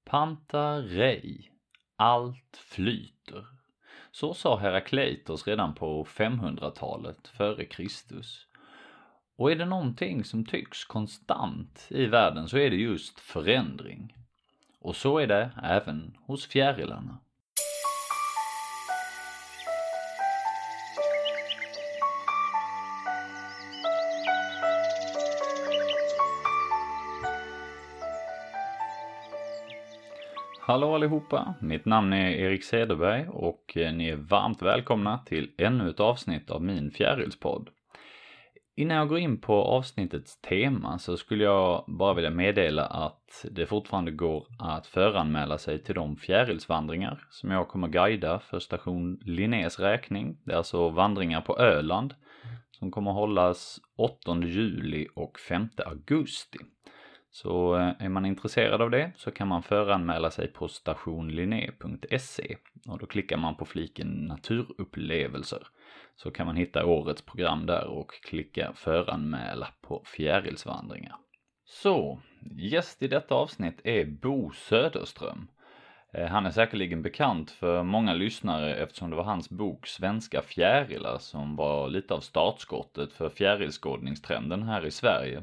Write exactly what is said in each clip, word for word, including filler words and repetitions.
Panta rei, allt flyter. Så sa Herakleitos redan på femhundratalet före Kristus. Och är det någonting som tycks konstant i världen så är det just förändring. Och så är det även hos fjärilarna. Hallå allihopa, mitt namn är Erik Cederberg och ni är varmt välkomna till ännu ett avsnitt av min fjärilspodd. Innan jag går in på avsnittets tema så skulle jag bara vilja meddela att det fortfarande går att föranmäla sig till de fjärilsvandringar som jag kommer guida för station Linnés räkning. Det är alltså vandringar på Öland som kommer hållas åttonde juli och femte augusti. Så är man intresserad av det så kan man föranmäla sig på stationlinné punkt se och då klickar man på fliken naturupplevelser. Så kan man hitta årets program där och klicka föranmäla på fjärilsvandringar. Så, gäst i detta avsnitt är Bo Söderström. Han är säkerligen bekant för många lyssnare eftersom det var hans bok Svenska fjärilar som var lite av startskottet för fjärilskådningstrenden här i Sverige.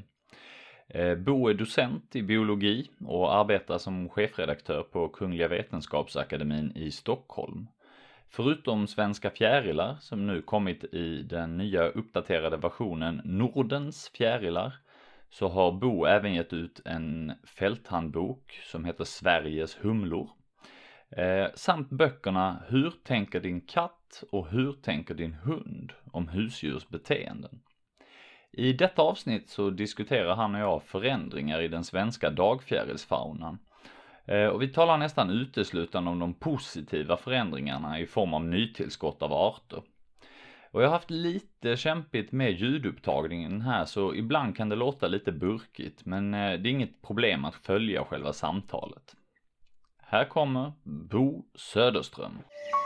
Bo är docent i biologi och arbetar som chefredaktör på Kungliga Vetenskapsakademin i Stockholm. Förutom Svenska fjärilar som nu kommit i den nya uppdaterade versionen Nordens fjärilar så har Bo även gett ut en fälthandbok som heter Sveriges humlor. Eh, samt böckerna Hur tänker din katt och Hur tänker din hund om husdjurs beteenden. I detta avsnitt så diskuterar han och jag förändringar i den svenska dagfjärilsfaunan. Och vi talar nästan uteslutande om de positiva förändringarna i form av nytillskott av arter. Och jag har haft lite kämpigt med ljudupptagningen här så ibland kan det låta lite burkigt men det är inget problem att följa själva samtalet. Här kommer Bo Söderström.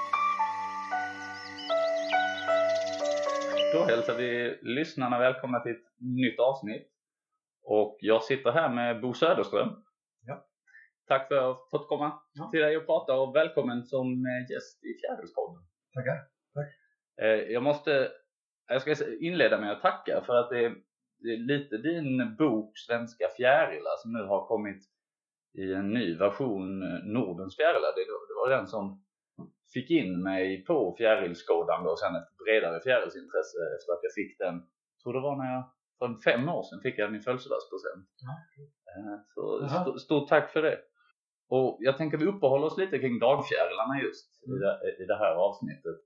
Då hälsar vi lyssnarna välkomna till ett nytt avsnitt. Och jag sitter här med Bo Söderström. Ja. Tack för att jag fått komma ja. till dig och prata och välkommen som gäst i Fjärilspodden. Tackar. Tack. Jag måste, jag ska inleda med att tacka för att det är, det är lite din bok Svenska fjärilar som nu har kommit i en ny version Nordens fjärilar. Det, det var den som fick in mig på fjärilskådande och sen ett bredare fjärilsintresse efter att jag fick den. Jag tror det var när jag, för fem år sedan fick jag min födelsedagspresent. Ja. Så st- stort tack för det. Och jag tänker vi uppehåller oss lite kring dagfjärilarna just mm. i, det, i det här avsnittet.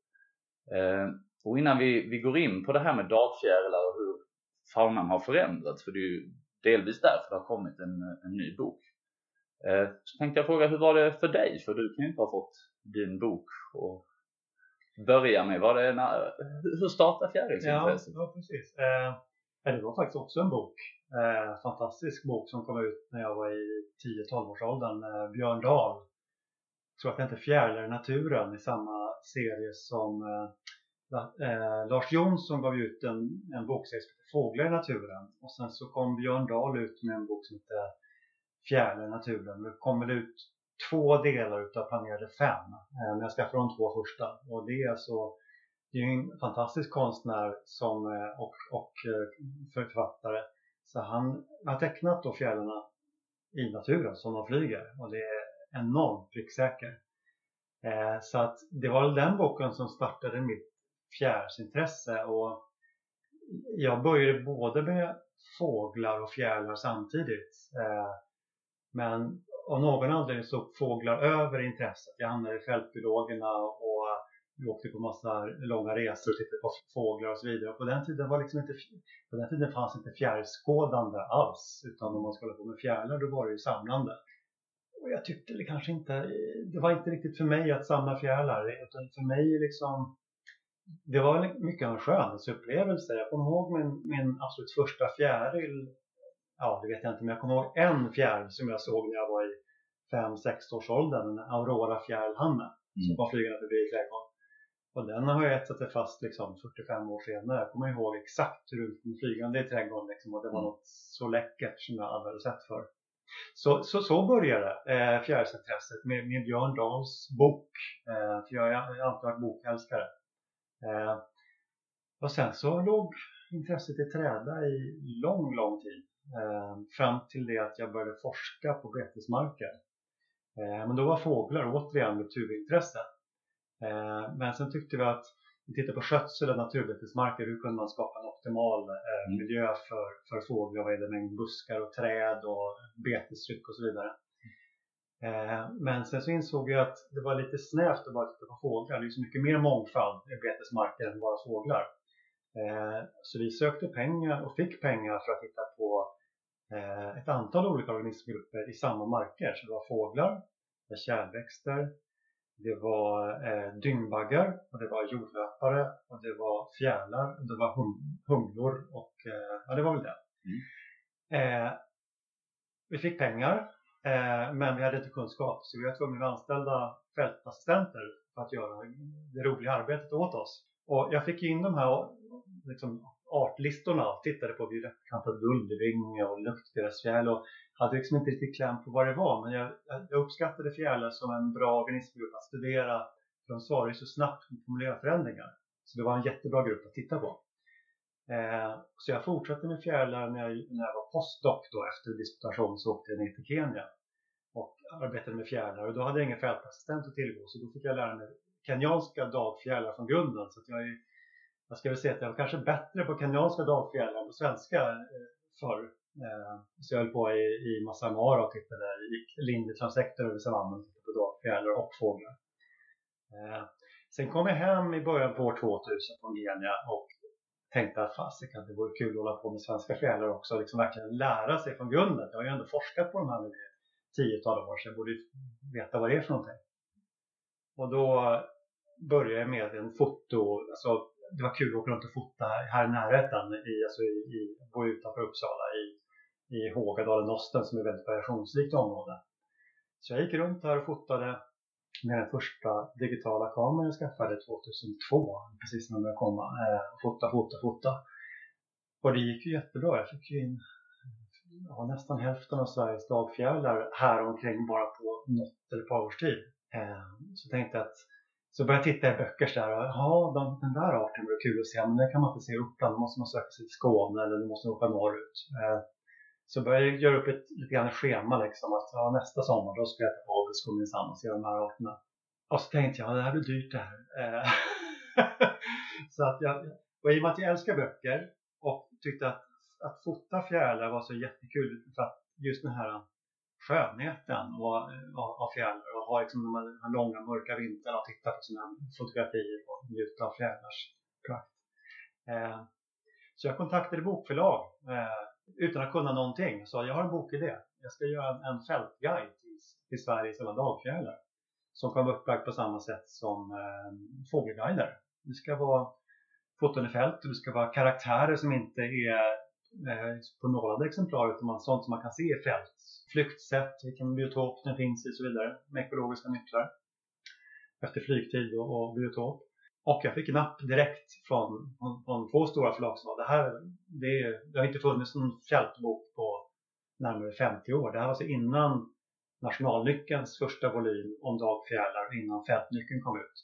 Och innan vi, vi går in på det här med dagfjärilar och hur faunan har förändrats, för det är ju delvis därför det har kommit en, en ny bok. Så tänkte jag fråga, hur var det för dig? För du kan ju inte ha fått din bok och börja med. Var det när, hur startade fjärilsintresset? Ja, ja, precis. Eh, det var faktiskt också en bok. Eh, fantastisk bok som kom ut när jag var i tio tolv års åldern. Eh, Björn Dahl. Jag tror att det inte Fjärilar i naturen i samma serie som eh, eh, Lars Jonsson gav ut en, en bokserie som heter Fåglar i naturen. Och sen så kom Björn Dahl ut med en bok som heter Fjärilar i naturen. Det kommer ut två delar utav planerade fem. Men jag ska från de två första. Och det är så, det är en fantastisk konstnär som, och, och författare. Så han har tecknat då fjärilarna i naturen som de flyger. Och det är enormt pricksäker. Så att det var den boken som startade mitt fjärilsintresse. Och jag började både med fåglar och fjärilar samtidigt. Men av någon anledning så fåglar över intresset. Jag hamnade i fältbiologerna och vi åkte på massa långa resor och tittade på fåglar och så vidare. Och på den tiden var liksom inte, på den tiden fanns inte fjärilskådande alls. Utan om man skulle på med fjärilar då var det ju samlande. Och jag tyckte det kanske inte, det var inte riktigt för mig att samla fjärilar. Utan för mig liksom, det var mycket av en skönhetsupplevelse. Jag kommer ihåg min, min absolut första fjäril. Ja, det vet jag inte, men jag kommer ihåg en fjäril som jag såg när jag var i fem sex års åldern, en Aurora fjärilhanne mm. som var flygande förbi i trädgården. Och den har jag etsat sig fast liksom fyrtiofem år senare. Jag kommer ihåg exakt hur den flygande i trädgården liksom, och det var mm. något så läckert som jag aldrig hade sett för. Så, så, så började eh, fjärilsintresset med, med Björn Dahls bok. Eh, för jag är alltid varit bokälskare. Eh, och sen så låg intresset i träda i lång, lång tid. Eh, fram till det att jag började forska på betesmarker. Eh, men då var fåglar återigen mitt huvudintresse. Eh, men sen tyckte vi att vi tittar på skötsel av naturbetesmarker. Hur kunde man skapa en optimal eh, miljö för, för fåglar vad gäller mängd buskar och träd och betestryck och så vidare. Eh, men sen så insåg jag att det var lite snävt att bara titta på fåglar. Det är så mycket mer mångfald i betesmarker än bara fåglar. Eh, så vi sökte pengar och fick pengar för att titta på eh, ett antal olika organismgrupper i samma marker. Så det var fåglar, det var kärlväxter, det var eh, dyngbaggar och det var jordlöpare och det var fjärilar och det var hum humlor och eh, ja, det var väl det. Mm. Eh, vi fick pengar eh, men vi hade inte kunskap så vi var tvungna att anställa fältassistenter för att göra det roliga arbetet åt oss. Och jag fick in de här liksom, artlistorna och tittade på violett-kantad guldvinge och luktgräsfjäril och hade liksom inte riktigt kläm på vad det var. Men jag, jag uppskattade fjärilar som en bra organismgrupp att studera. För de svarar ju så snabbt på miljöförändringar. Så det var en jättebra grupp att titta på. Eh, så jag fortsatte med fjärilar när jag, när jag var postdoc då. Efter disputation så åkte jag ner till Kenya. Och arbetade med fjärilar. Och då hade jag ingen fältassistent att tillgå. Så då fick jag lära mig kenyanska dagfjärilar från grunden. Så att jag är Jag ska väl säga att jag var kanske bättre på kenyanska dagfjärilar än på svenska eh, förr. Eh, så jag höll på i, i Masai Mara och tittade, gick linjer transekter över savannen och tittade på dagfjärilar och fåglar. Eh, sen kom jag hem i början på år tvåtusen från Kenya och tänkte att fasiken, det vore kul att hålla på med svenska fjärilar också. Liksom verkligen lära sig från grunden. Jag har ju ändå forskat på de här nu i tiotal år så jag borde veta vad det är för någonting. Och då började jag med en foto, alltså det var kul att åka runt och fota här i närheten, i, alltså i, i, bo utanför Uppsala, i, i Hågadalen, Nosten som är ett väldigt variationsrikt område. Så jag gick runt här och fotade med den första digitala kameran jag skaffade tvåtusentvå, precis när jag började komma. Eh, fota, fota, fota. Och det gick ju jättebra. Jag fick ju in ja, nästan hälften av Sveriges dagfjärilar här omkring bara på något eller ett par års tid. Eh, så tänkte jag att Så började jag titta i böcker så där. Ja, de, den där arten var kul att se. Men den kan man inte se upp. Då måste man söka sig till Skåne eller du måste åka norrut. Eh, så började jag göra upp ett lite grann schema liksom. Att ja, nästa sommar då ska jag till Abisko minsann och se de här arterna. Och så tänkte jag, ja, det här blir dyrt det här. Eh, så att jag, och i och med att jag älskar böcker. Och tyckte att, att fota fjärilar var så jättekul. För att just den här skönheten och, av, av fjärilar och ha liksom de här långa mörka vintrarna och titta på sina fotografier och njuta av fjärilars prakt. Eh, så jag kontaktade bokförlag eh, utan att kunna någonting. Så jag har en bokidé. Jag ska göra en, en fältguide till, till Sveriges alla dagfjärilar som kommer vara upplagd på samma sätt som eh, fågelguider. Det ska vara foton i fält och det ska vara karaktärer som inte är eh, på nålade exemplar utan sånt som man kan se i fält. Flyktsätt, vilken biotop den finns i och så vidare. Med ekologiska nycklar. Efter flygtid och, och biotop. Och jag fick en app direkt från, från, från två stora förlag som var det här. Det, det har inte funnits en fältbok på närmare femtio år. Det här var alltså innan Nationalnyckelns första volym om dagfjärilar innan fältnyckeln kom ut.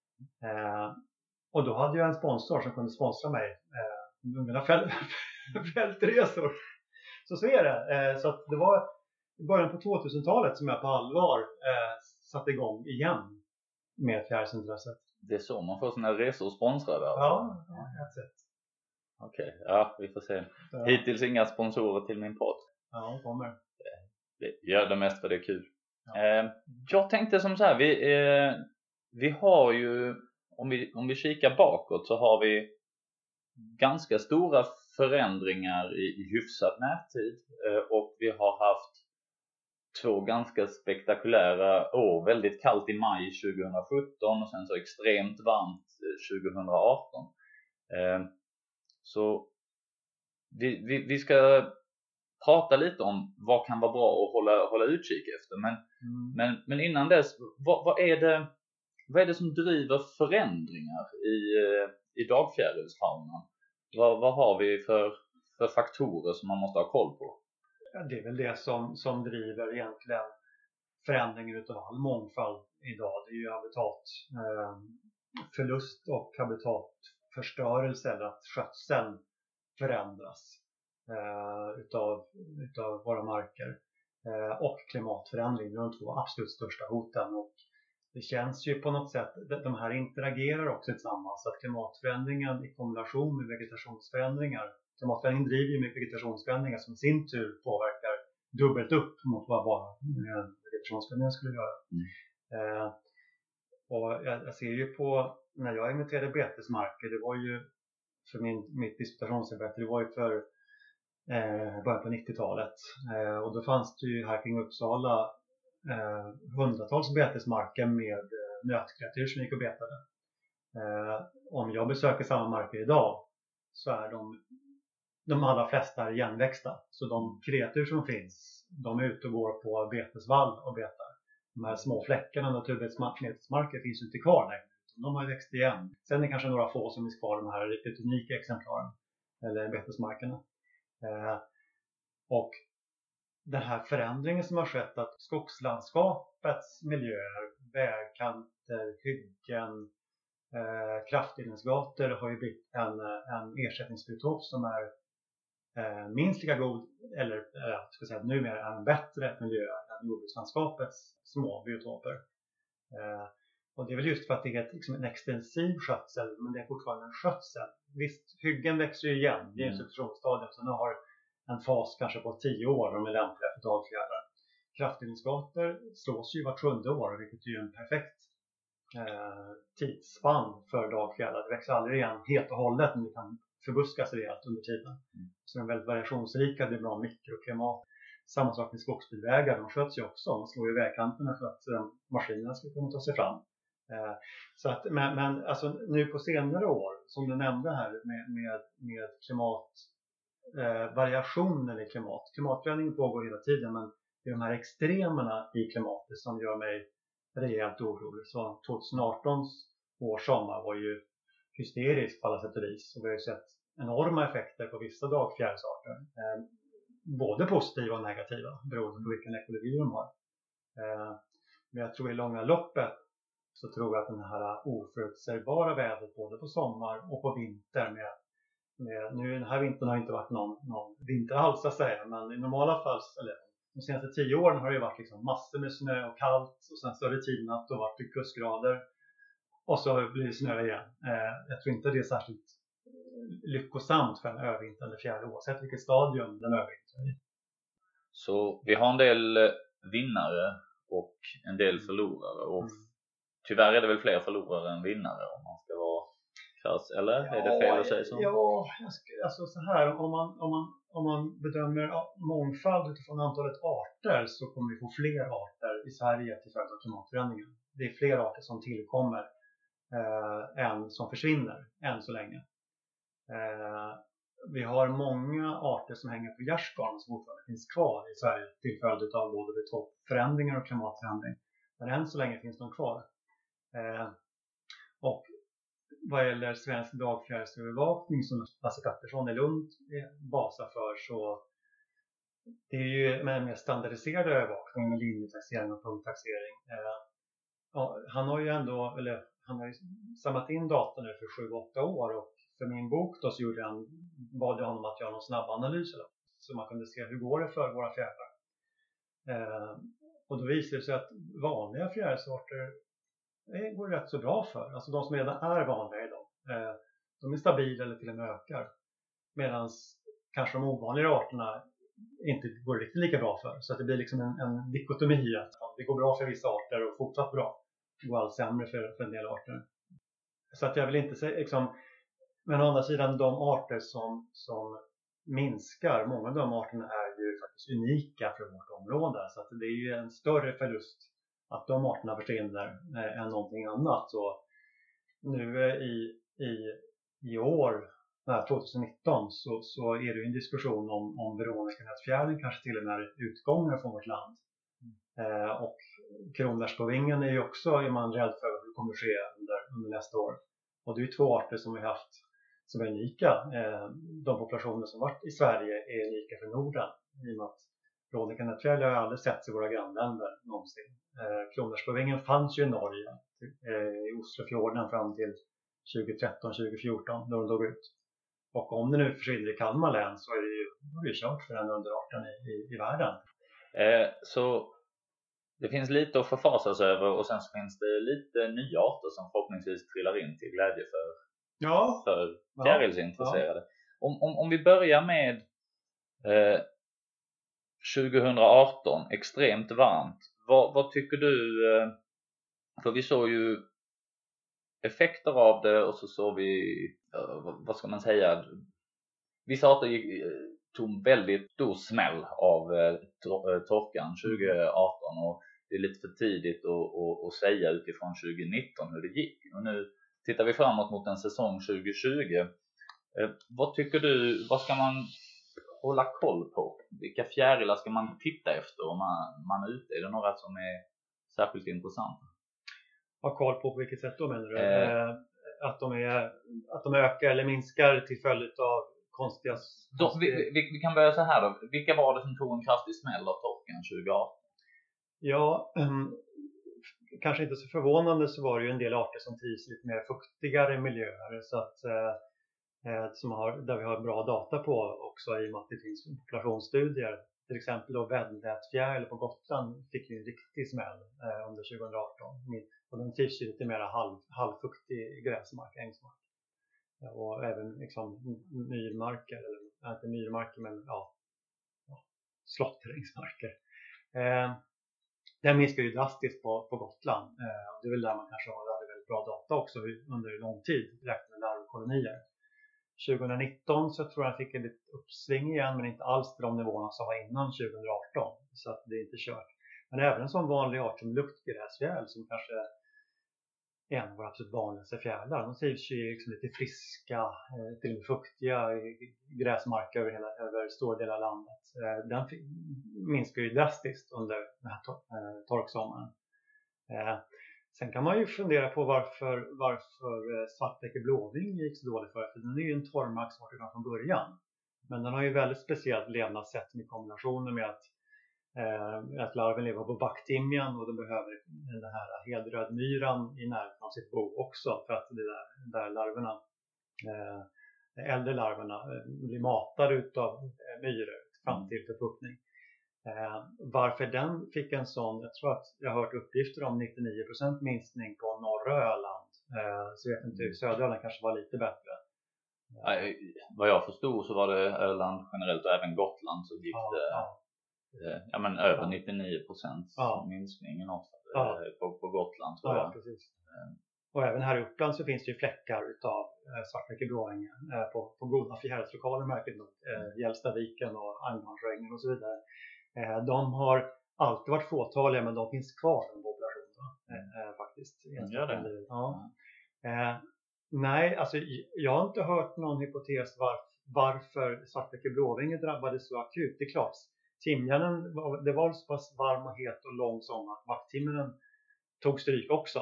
Eh, och då hade jag en sponsor som kunde sponsra mig. Eh, mina fält, fältresor. Så så är det. Eh, så att det var i början på tvåtusentalet som jag på allvar eh, satte igång igen med fjärilsintresset. Det är så man får sina resor sponsrade alltså. Ja, ja, ett sätt. Okej, okay. Ja, vi får se. Ja. Hittills inga sponsorer till min podd. Ja, det kommer. Det gör det mest för det är kul. Ja. Eh, jag tänkte som så här, vi, eh, vi har ju, om vi, om vi kikar bakåt så har vi ganska stora förändringar i, i hyfsad närtid. Eh, och vi har haft två ganska spektakulära år. Väldigt kallt i maj tjugosjutton och sen så extremt varmt tjugoarton. Eh, så vi, vi, vi ska prata lite om vad kan vara bra att hålla, hålla utkik efter. Men, mm. men, men innan dess, vad, vad, är det, vad är det som driver förändringar i, i dagfjärilsfaunan? Vad, vad har vi för, för faktorer som man måste ha koll på? det är väl det som, som driver egentligen förändringen utav all mångfald idag. Det är ju habitatförlust eh, och habitatförstörelse, eller att skötseln förändras eh, utav, utav våra marker. Eh, och klimatförändring, de två absolut största hoten. Och det känns ju på något sätt, de här interagerar också tillsammans. Så att klimatförändringen i kombination med vegetationsförändringar, klimatförändringen driver ju med vegetationsförändringar som i sin tur påverkar dubbelt upp mot vad bara vegetationsförändringar skulle göra. Mm. Eh, och jag, jag ser ju på, när jag inventerade betesmarker, det var ju för min, mitt disputationsarbete, det var ju för eh, början på nittiotalet. Eh, och då fanns det ju här kring Uppsala eh, hundratals betesmarker med eh, nötkreatur som gick och betade. Eh, om jag besöker samma marker idag så är de de allra flesta är igenväxta. Så de kreatur som finns, de är ute och går på betesvall och betar. De här små fläckarna, naturbetesmarker, finns ju inte kvar längre. De har ju växt igen. Sen är det kanske några få som är kvar, de här riktigt unika exemplaren. Eller betesmarkerna. Eh, och den här förändringen som har skett, att skogslandskapets miljöer, vägkanter, hyggen, eh, kraftledningsgator har ju blivit en, en ersättningsbiotop som är eh, minst lika god, eller eh, ska säga numera en bättre miljö än jordbrukslandskapets små biotoper. Eh, och det är väl just för att det är liksom en extensiv skötsel, men det är fortfarande en skötsel. Visst, hyggen växer ju igen i en substitutionsstadium, så nu har en fas kanske på tio år om de är lämpliga för dagfjädrar. Kraftledningsgator slås ju vart sjunde år, vilket är ju en perfekt eh, tidsspann för dagfjädrar. Det växer aldrig igen helt och hållet, men det kan förbuskas rejält under tiden. Mm. Så de är väldigt variationsrika, det är bra mikroklimat. Samma sak med skogsbilvägar, de sköts ju också. Man slår ju vägkanterna för att eh, maskinerna ska kunna ta sig fram. Eh, så att, men men alltså, nu på senare år, som du nämnde här med, med, med klimat Eh, variationen i klimat. Klimatförändringen pågår hela tiden, men det är de här extremerna i klimatet som gör mig rejält orolig. Så tjugoartons års sommar var ju hysterisk på alla sätt och vis. Och vi har ju sett enorma effekter på vissa dagfjärilsarter. Eh, både positiva och negativa, beroende på vilken ekologi de har. Eh, men jag tror i långa loppet så tror jag att den här oförutsägbara vädret både på sommar och på vinter med Med, nu den här vintern har inte varit någon, någon vinter alls att säga, men i normala fall, eller de senaste tio åren har det varit liksom massor med snö och kallt, och sen större tiden att det har varit plusgrader och så blir det snö igen. Eh, jag tror inte det är särskilt lyckosamt för en övervintrande fjäril, oavsett vilket stadium den övervintrar i. Så vi har en del vinnare och en del förlorare, och mm. tyvärr är det väl fler förlorare än vinnare om man ska vara. Eller ja, är det fel att säga så? Ja, alltså så här, om man, om man, om man bedömer mångfald utifrån antalet arter, så kommer vi få fler arter i Sverige till följd av klimatförändringen. Det är fler arter som tillkommer eh, än som försvinner än så länge. Eh, vi har många arter som hänger på gärdsgården som fortfarande finns kvar i Sverige till följd av både förändringar och klimatförändring. Men än så länge finns de kvar. Eh, och vad gäller svensk dagfjärilsövervakning som Lasse Pettersson i Lund basar för, så det är ju med en mer standardiserad övervakning med linjetaxering och punkttaxering. Eh, ja, han har ju ändå, eller han har ju samlat in data nu för sju åtta år, och för min bok då så gjorde han, bad jag honom att göra någon snabb analys så man kunde se hur går det för våra fjärilar. Eh, och då visar det sig att vanliga fjärilsarter det går rätt så bra för. Alltså de som redan är vanliga idag. Eh, de är stabila eller till och med ökar. Medan kanske de ovanliga arterna inte går riktigt lika bra för. Så att det blir liksom en, en dikotomi. Att det går bra för vissa arter och fortsatt bra. Det går allt sämre för, för en del arter. Så att jag vill inte säga liksom, men å andra sidan de arter som, som minskar, många av de arterna är ju faktiskt unika för vårt område. Så att det är ju en större förlust att de arterna försvinner eh, än någonting annat. Så nu eh, i, i, i år, nej, tjugonitton, så, så är det en diskussion om, om Veronica-nötfjärilen kanske till och med utgångar från vårt land. Mm. Eh, och kronärtspåvingen är ju också, är man rädd för vad det kommer att ske under, under nästa år. Och det är ju två arter som vi haft som är unika. Eh, de populationer som varit i Sverige är unika för Norden. I och med att Rånekanötfjäril har jag aldrig sett i våra grannländer någonsin. Eh, Kronärtskovängel fanns ju i Norge, eh, i Oslofjorden fram till tjugo tretton tjugo fjorton när de dog ut. Och om det nu försvinner i Kalmar län så är det ju, är det kört för den underarten i, i, i världen. Eh, så det finns lite att förfasas över och sen så finns det lite nya arter som förhoppningsvis trillar in till glädje för, ja. för fjärilsintresserade. Ja. Om, om, om vi börjar med eh, tjugo arton, extremt varmt. Vad, vad tycker du? Eh, för vi såg ju effekter av det och så såg vi, eh, vad ska man säga, vissa arter gick, tog väldigt stor smäll av eh, torkan tjugo arton och det är lite för tidigt att, att, att säga utifrån tjugo nitton hur det gick. Och nu tittar vi framåt mot en säsong tjugo tjugo. Eh, vad tycker du, vad ska man hålla koll på? Vilka fjärilar ska man titta efter om man, man är ute? Är det några som är särskilt intressanta? Ha koll på på vilket sätt då menar du? Eh. Att, de är, att de ökar eller minskar till följd av konstiga... Då, vi, vi, vi kan börja så här då. Vilka var det som tog en kraftig smäll av torkan tjugo arton? Ja, um, kanske inte så förvånande så var det ju en del arter som trivs lite mer fuktigare miljöer. Så att, eh, som har, där vi har bra data på också i och med att det finns populationsstudier. Till exempel då väddnätfjäril på Gotland fick ju en riktig smäll eh, under tjugo arton. Och den trivs ju lite mer halv, halvfuktig gräsmark, ängsmark. Och även liksom myrmarker, eller inte myrmarker men ja, ja slåtterängsmarker. Eh, den minskar ju drastiskt på, på Gotland. Eh, det är väl där man kanske har hade väldigt bra data också under lång tid, räknat med larvkolonier. tjugo nitton så tror jag fick en lite uppsving igen, men inte alls till de nivåerna som var innan tjugo arton. Så att det är inte kört. Men även en sån vanlig art som luktgräsfjäril som kanske en av våra absolut vanligaste fjärilar. De trivs ju liksom lite friska, till och med fuktiga gräsmarker över, hela, över stora delar av landet. Den minskar ju drastiskt under den här tor- torksommaren. Sen kan man ju fundera på varför, varför svartbäckig blåving gick så dåligt för. För den är ju en torrmarksart redan från början. Men den har ju väldigt speciellt levnadssätt med kombinationer med att Eh, att larven lever på backtimjan och de behöver den här hedrödmyran i närheten av sitt bo också för att det där, där larverna eh, äldre larverna eh, blir matade utav eh, myror fram till förpuppning. Eh, varför den fick en sån, jag tror att jag har hört uppgifter om nittionio procent minskning på norra Öland, eh, så jag vet inte, södra Öland kanske var lite bättre. Eh. Vad jag förstod så var det Öland generellt och även Gotland så gick ja, det ja. Ja, men över ja. nittionio procent ja. minskning också, ja. på, på Gotland tror ja, jag. Precis. Mm. Och även här i Uppland så finns det ju fläckar utav eh, svartbäckig blåängen eh, på, på goda fjärilslokaler märkligt nog. Eh, Gällstaviken och Agnarnsrängen och så vidare. Eh, de har alltid varit fåtaliga men de finns kvar i populationen eh, faktiskt. Mm, gör det. Ja. Eh, nej, alltså jag har inte hört någon hypotes var, varför svartbäckig blåvinge drabbades så akut. Det är klart. Timjanen, det var så pass varm och het och lång sommar att vakttimmen tog stryk också.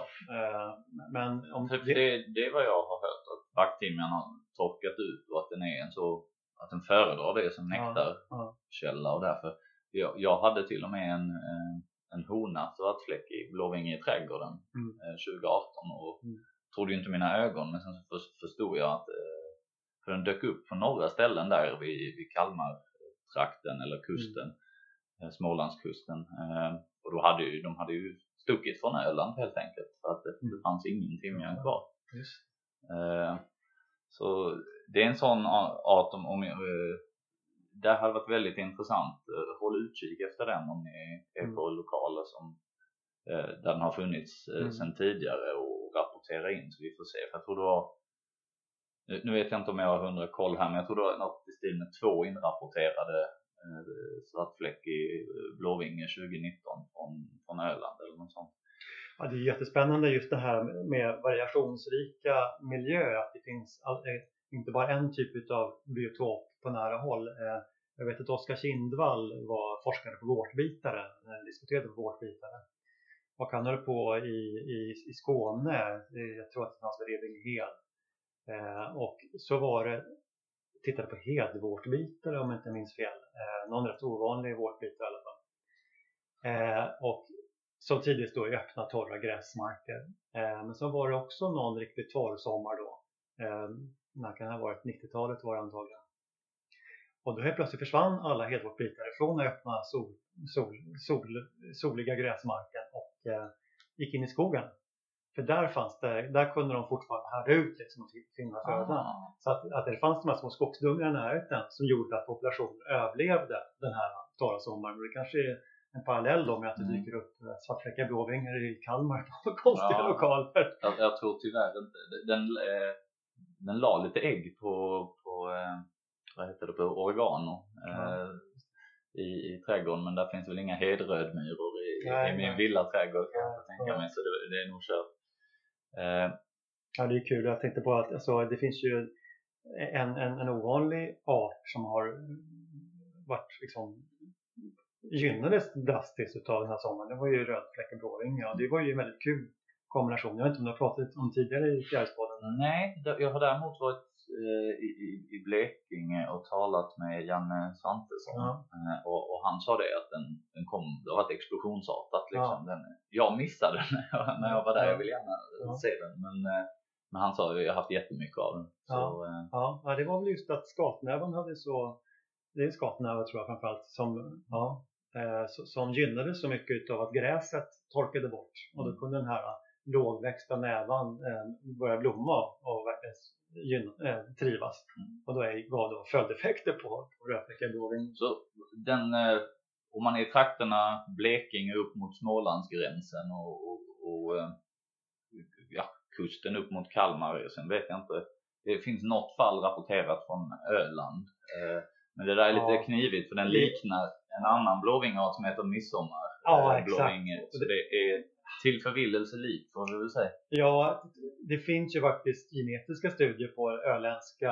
Men om det... Det, det är vad jag har hört, att vakttimjan har torkat ut och att den är en så att den föredrar det som nektarkälla ja, ja. Och därför jag, jag hade till och med en, en hona svartfläckig blåvinge i trädgården mm. tjugo arton och mm. trodde ju inte mina ögon, men sen så förstod jag att för den dök upp på några ställen där vid, vid Kalmar trakten eller kusten, mm. Smålandskusten, eh, och då hade ju, de hade ju stuckit från Öland helt enkelt för att det, mm. det fanns ingen timjan kvar. Just. Eh, så det är en sån art om, om eh, det hade varit väldigt intressant. Håll utkik efter den om ni är mm. på lokaler som eh, där den har funnits eh, mm. sedan tidigare och rapportera in så vi får se. För jag tror det var nu vet jag inte om jag har hundra koll här, men jag tror det var något i stil med två inrapporterade eh, svartfläckig blåvinge tjugo nitton från, från Öland eller något sånt. Ja, det är jättespännande just det här med variationsrika miljöer, att det finns all, eh, inte bara en typ av biotop på nära håll. Eh, jag vet att Oskar Kindvall var forskare på vårtbitare, eh, diskuterade på vårtbitare. Och han höll på i, i, i Skåne, jag tror att det fanns vid Revingehed. Eh, och så var det, tittade på hedvårtbitare om jag inte minns fel, eh, någon rätt ovanlig vårtbitare i alla fall. Eh, och så tidigt då i öppna torra gräsmarker. Eh, men så var det också någon riktigt torr sommar då. Eh, när kan det ha varit? nittiotalet var det antagligen. Och då helt plötsligt försvann alla hedvågtbitare från den öppna sol, sol, sol, soliga gräsmarken och eh, gick in i skogen. För där fanns det, där kunde de fortfarande härda ut liksom och finna föda. Ah. Så att, att det fanns de här små skogsdungar i närheten som gjorde att populationen överlevde den här torra sommaren. Och det kanske är en parallell då med att det Mm. dyker upp svartfläckiga blåvingar i Kalmar på konstiga Ja. lokaler. Jag, jag tror tyvärr inte. Den, eh, den la lite ägg på, på eh, vad heter det, på oregano eh, i, i trädgården. Men där finns väl inga hedrödmyror i, Nej, i min nej. villaträdgård kan jag Nej, tänka nej. mig. Så det, det är nog kört. Eh, Ja, det är kul. Jag tänkte på att alltså, det finns ju en, en, en ovanlig art som har varit liksom gynnades drastiskt utav den här sommaren. Det var ju rödfläckig blåvinge. Ja, det var ju en väldigt kul kombination. Jag vet inte om du har pratat om tidigare i Fjärilspodden. nej, jag har däremot varit eh, i, i Blekinge och talat med Janne Svantesson. Ja. Eh, och, och han sa det att den, den kom, det var ett explosionsartat liksom. Ja. Den, jag missade den när jag, när jag var där, Ja. jag vill gärna Ja. se den. Men, eh, men han sa att jag har haft jättemycket av den. Så, eh, Ja, ja, det var väl just att skatnävan hade så, det är skatnäva tror jag framförallt, som, ja, eh, som gynnade så mycket av att gräset torkade bort. Och då kunde den här lågväxta nävan eh, börja blomma och verkligen gynna, eh, trivas. Mm. Och då är, gav då följdeffekter på, på rödfläckig blåvinge. så den, eh, om man är i trakterna Blekinge upp mot Smålandsgränsen och, och, och eh, ja, kusten upp mot Kalmar, sen vet jag inte. Det finns något fall rapporterat från Öland. Eh, men det där är lite Ja. knivigt för den liknar en annan blåvingeart som heter midsommar. Ja, eh, exakt. blåvinge. Så det är till förvillelse likt, får vi väl säga. Ja, det finns ju faktiskt genetiska studier på öländska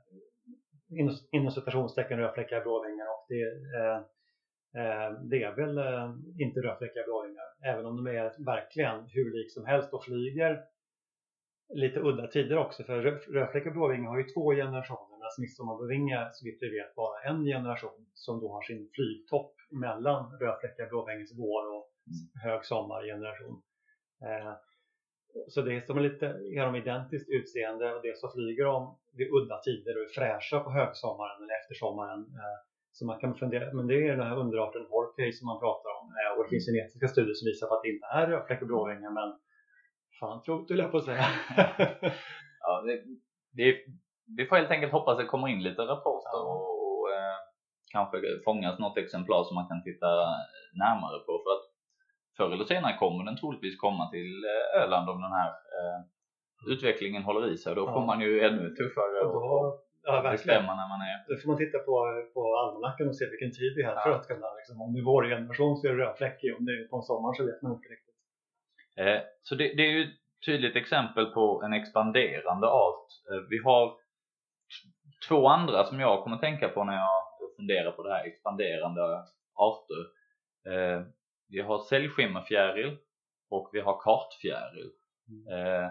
inom citationstecken rödfläckiga blåvingar och det, eh, eh, det är väl eh, inte rödfläckiga blåvingar, även om de är verkligen hur lik som helst och flyger lite udda tider också, för rödfläckig blåvinge har ju två generationer, medan midsommarblåvinge så vitt vi vet bara en generation som då har sin flygtopp mellan rödfläckig blåvingens vår och Mm. hög sommargeneration. Eh, så det är som lite är de identiskt utseende och det så flyger de vid udda tider och är fräscha på högsommaren eller eftersommaren. Eh, så man kan fundera, men det är den här underarten Horkey som man pratar om, eh, och det finns genetiska studier som visar på att det inte är rödfläckig blåvinge, men fan tror du jag på att säga. Ja, det, det, vi får helt enkelt hoppas att det kommer in lite rapporter Ja. och, och eh, kanske fångas något exemplar som man kan titta närmare på, för att förr eller senare kommer den troligtvis komma till Öland om den här eh, utvecklingen håller i sig, och då Ja. får man ju ännu tuffare Och då, och, ja, och verkligen. bestämma när man är. Då får man titta på, på almanackan och se vilken tid det är här Ja. för att kunna liksom, om det är vår generation så är det rödfläckig, om det är på en sommar så vet man inte riktigt. Eh, så det, det är ju ett tydligt exempel på en expanderande art. Eh, vi har t- två andra som jag kommer tänka på när jag funderar på det här expanderande arter. Eh, vi har säljskimmerfjäril och vi har kartfjäril. Eh,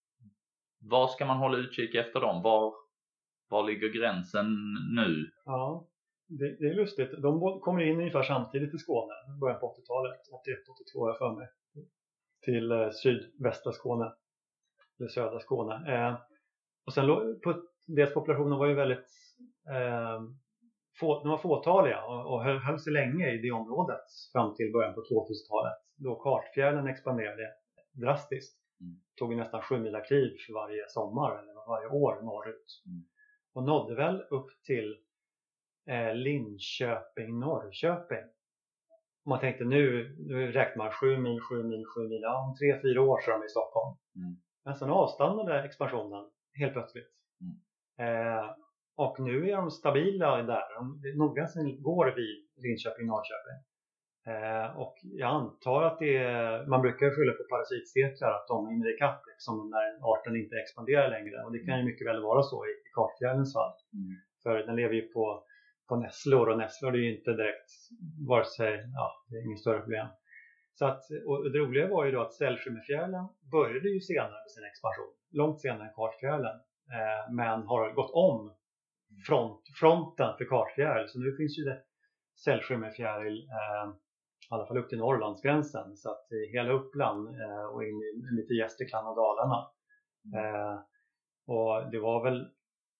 var ska man hålla utkik efter dem? Var, var ligger gränsen nu? Ja, det, det är lustigt. De kommer in ungefär samtidigt i Skåne, början på åttiotalet, åttioett åttiotvå jag för mig, till eh, sydvästra Skåne, eller södra Skåne. Eh, och sen på, deras populationer var ju väldigt eh, få, de var fåtaliga och, och höll, höll sig länge i det området fram till början på tvåtusentalet, då kartfjärilen expanderade drastiskt. Mm. Tog ju nästan sju mila kliv för varje sommar eller varje år norrut. Mm. Och nådde väl upp till eh, Linköping, Norrköping. Och man tänkte nu, nu räknar man sju mil, sju mil, sju mil, ja, om tre, fyra år så är de i Stockholm. Mm. Men sen avstannade expansionen helt plötsligt. Mm. Eh, och nu är de stabila där. Nordgränsen går vid Linköping, Norrköping. Eh, och jag antar att det är, man brukar skylla på parasitsteklar, att de hinner ikapp liksom, när arten inte expanderar längre. Och det kan ju mycket väl vara så i, i kartfjärilens fall. Mm. För den lever ju på, på nässlor, och nässlor är ju inte direkt vare sig, ja, det är inget större problem. Så att, och det roliga var ju då att säljskimmerfjärilen började ju senare med sin expansion, långt senare än kartfjärilen, eh, men har gått om front, fronten för kartfjäril. Så nu finns ju det säljskimmerfjäril eh, i alla fall upp till Norrlandsgränsen, så att i hela Uppland eh, och in i lite Gästrikland och Dalarna. Eh, och det var väl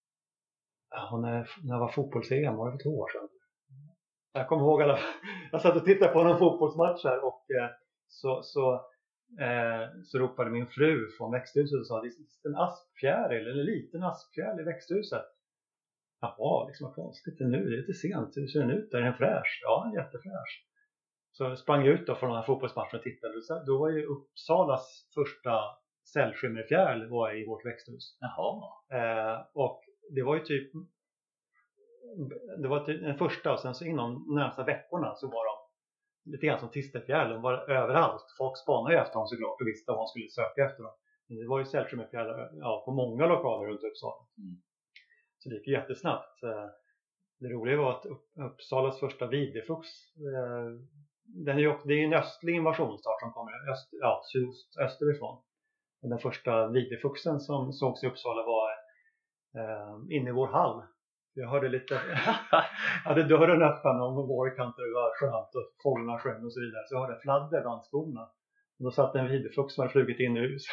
ja, när, när jag var fotbolls-E M, var det för två år sedan. Jag kommer ihåg alla, jag satt och tittade på någon fotbollsmatch här och eh, så, så, eh, så ropade min fru från växthuset och sa det är en askfjäril, eller en liten askfjäril i växthuset. Jaha, liksom vad konstigt, nu är det lite sent, hur ser den ut? Är den fräsch? Ja, en jättefräsch. Så sprang jag ut då från den här fotbollsmatchen och tittade. Då var ju Uppsalas första sällskimmerfjäril var i vårt växthus. Jaha. Eh, och det var ju typ det var typ den första, och sen så inom närmsta veckorna så var de lite grann som tisterfjäril. De var överallt. Folk spanade ju efter dem såklart och visste vad man skulle söka efter dem. Men det var ju sällskimmerfjäril ja, på många lokaler runt Uppsala. Mm. Så det gick ju jättesnabbt. Det roliga var att Uppsalas första videfux, den är ju, det är ju en östlig invasionsart som kommer öst, ja, sydost, österifrån. Och den första videfuxen som sågs i Uppsala var eh, inne i vår hall. Jag hörde lite, jag hade dörren öppen om vårkanter, det var skönt och fåglarna sjöng och så vidare. Så jag hörde fladder bland skorna. Och då satt en videfux som hade flugit in i huset.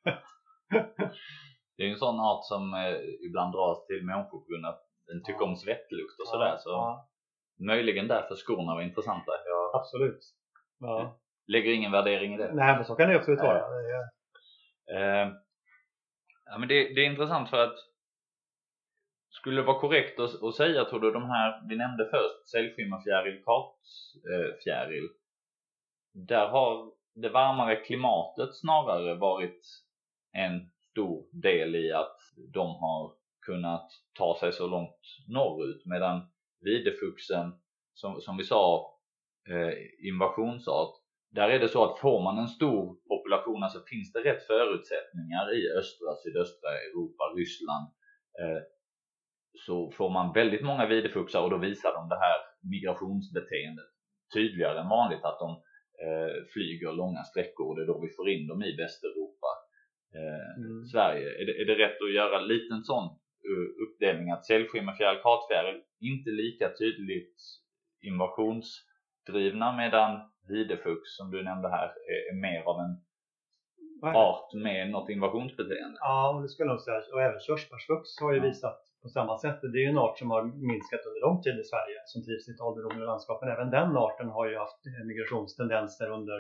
Det är en sån art som eh, ibland dras till människor på grund av att den tycker ja. om svettlukt och sådär. Ja, så ja. Möjligen därför skorna var intressanta. Jag Absolut. Ja. Lägger ingen värdering i det. Nej, men så kan det absolut vara. Ja. Eh, ja, men det, det är intressant för att skulle det vara korrekt att, att säga, tror du, de här vi nämnde först, sällskimmerfjäril, kartfjäril, där har det varmare klimatet snarare varit en stor del i att de har kunnat ta sig så långt norrut, medan videfuxen, som, som vi sa, eh, invasionsart, där är det så att får man en stor population, alltså finns det rätt förutsättningar i östra, sydöstra Europa, Ryssland, eh, så får man väldigt många videfuxar, och då visar de det här migrationsbeteendet tydligare än vanligt, att de eh, flyger långa sträckor, och det är då vi får in dem i Västeuropa. Eh, mm. Sverige, är det, är det rätt att göra en liten sån uh, uppdelning att sällskimmerfjäril, kartfjäril inte lika tydligt invasionsdrivna, medan videfux, som du nämnde här, är, är mer av en Nej. art med något invasionsbeteende? Ja, det skulle jag nog säga. Och även körsbärsfux har ju ja. visat på samma sätt. Det är ju en art som har minskat under lång tid i Sverige, som trivs i ett ålderdomligt landskap. Men även den arten har ju haft migrationstendenser under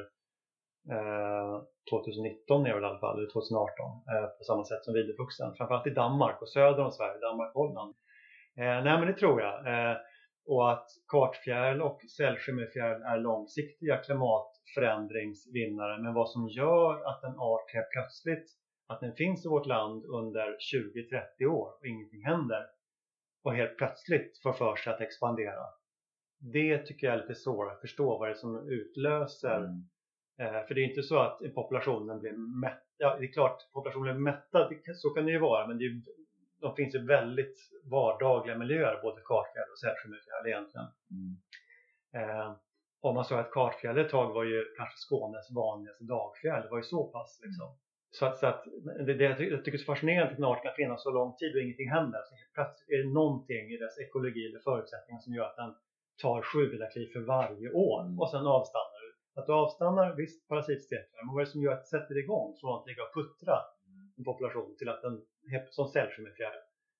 eh, tjugonitton i alla fall, eller tjugoarton, eh, på samma sätt som videfuxen. Framförallt i Danmark och söder om Sverige, Danmark och Holland. Eh, nej, men det tror jag. Eh, och att kartfjäril och sällskimmerfjäril är långsiktiga klimatförändringsvinnare. Men vad som gör att en art helt plötsligt, att den finns i vårt land under tjugo till trettio år och ingenting händer, och helt plötsligt får för sig att expandera, det tycker jag är lite svårt att förstå vad det är som utlöser. Mm. Eh, för det är inte så att populationen blir mätt. Ja, det är klart populationen blir mättad, så kan det ju vara, men det är ju, de finns ju väldigt vardagliga miljöer, både kartfjäril och sällskimmerfjäril egentligen. Mm. Eh, om man sa att kartfjäril ett tag var ju kanske Skånes vanligaste dagfjäril, det var ju så pass liksom. Mm. Så att, så att det, det jag tycker det är så fascinerande att en art kan finnas så lång tid och ingenting händer. Så plötsligt är det någonting i dess ekologi eller förutsättningar som gör att den tar sjuvilakliv för varje år och sen avstannar. Att du avstannar, visst, parasitsteklar, men vad är det som gör att det sätter igång från att ligga och puttra en population till att den, som sällskimmerfjäril?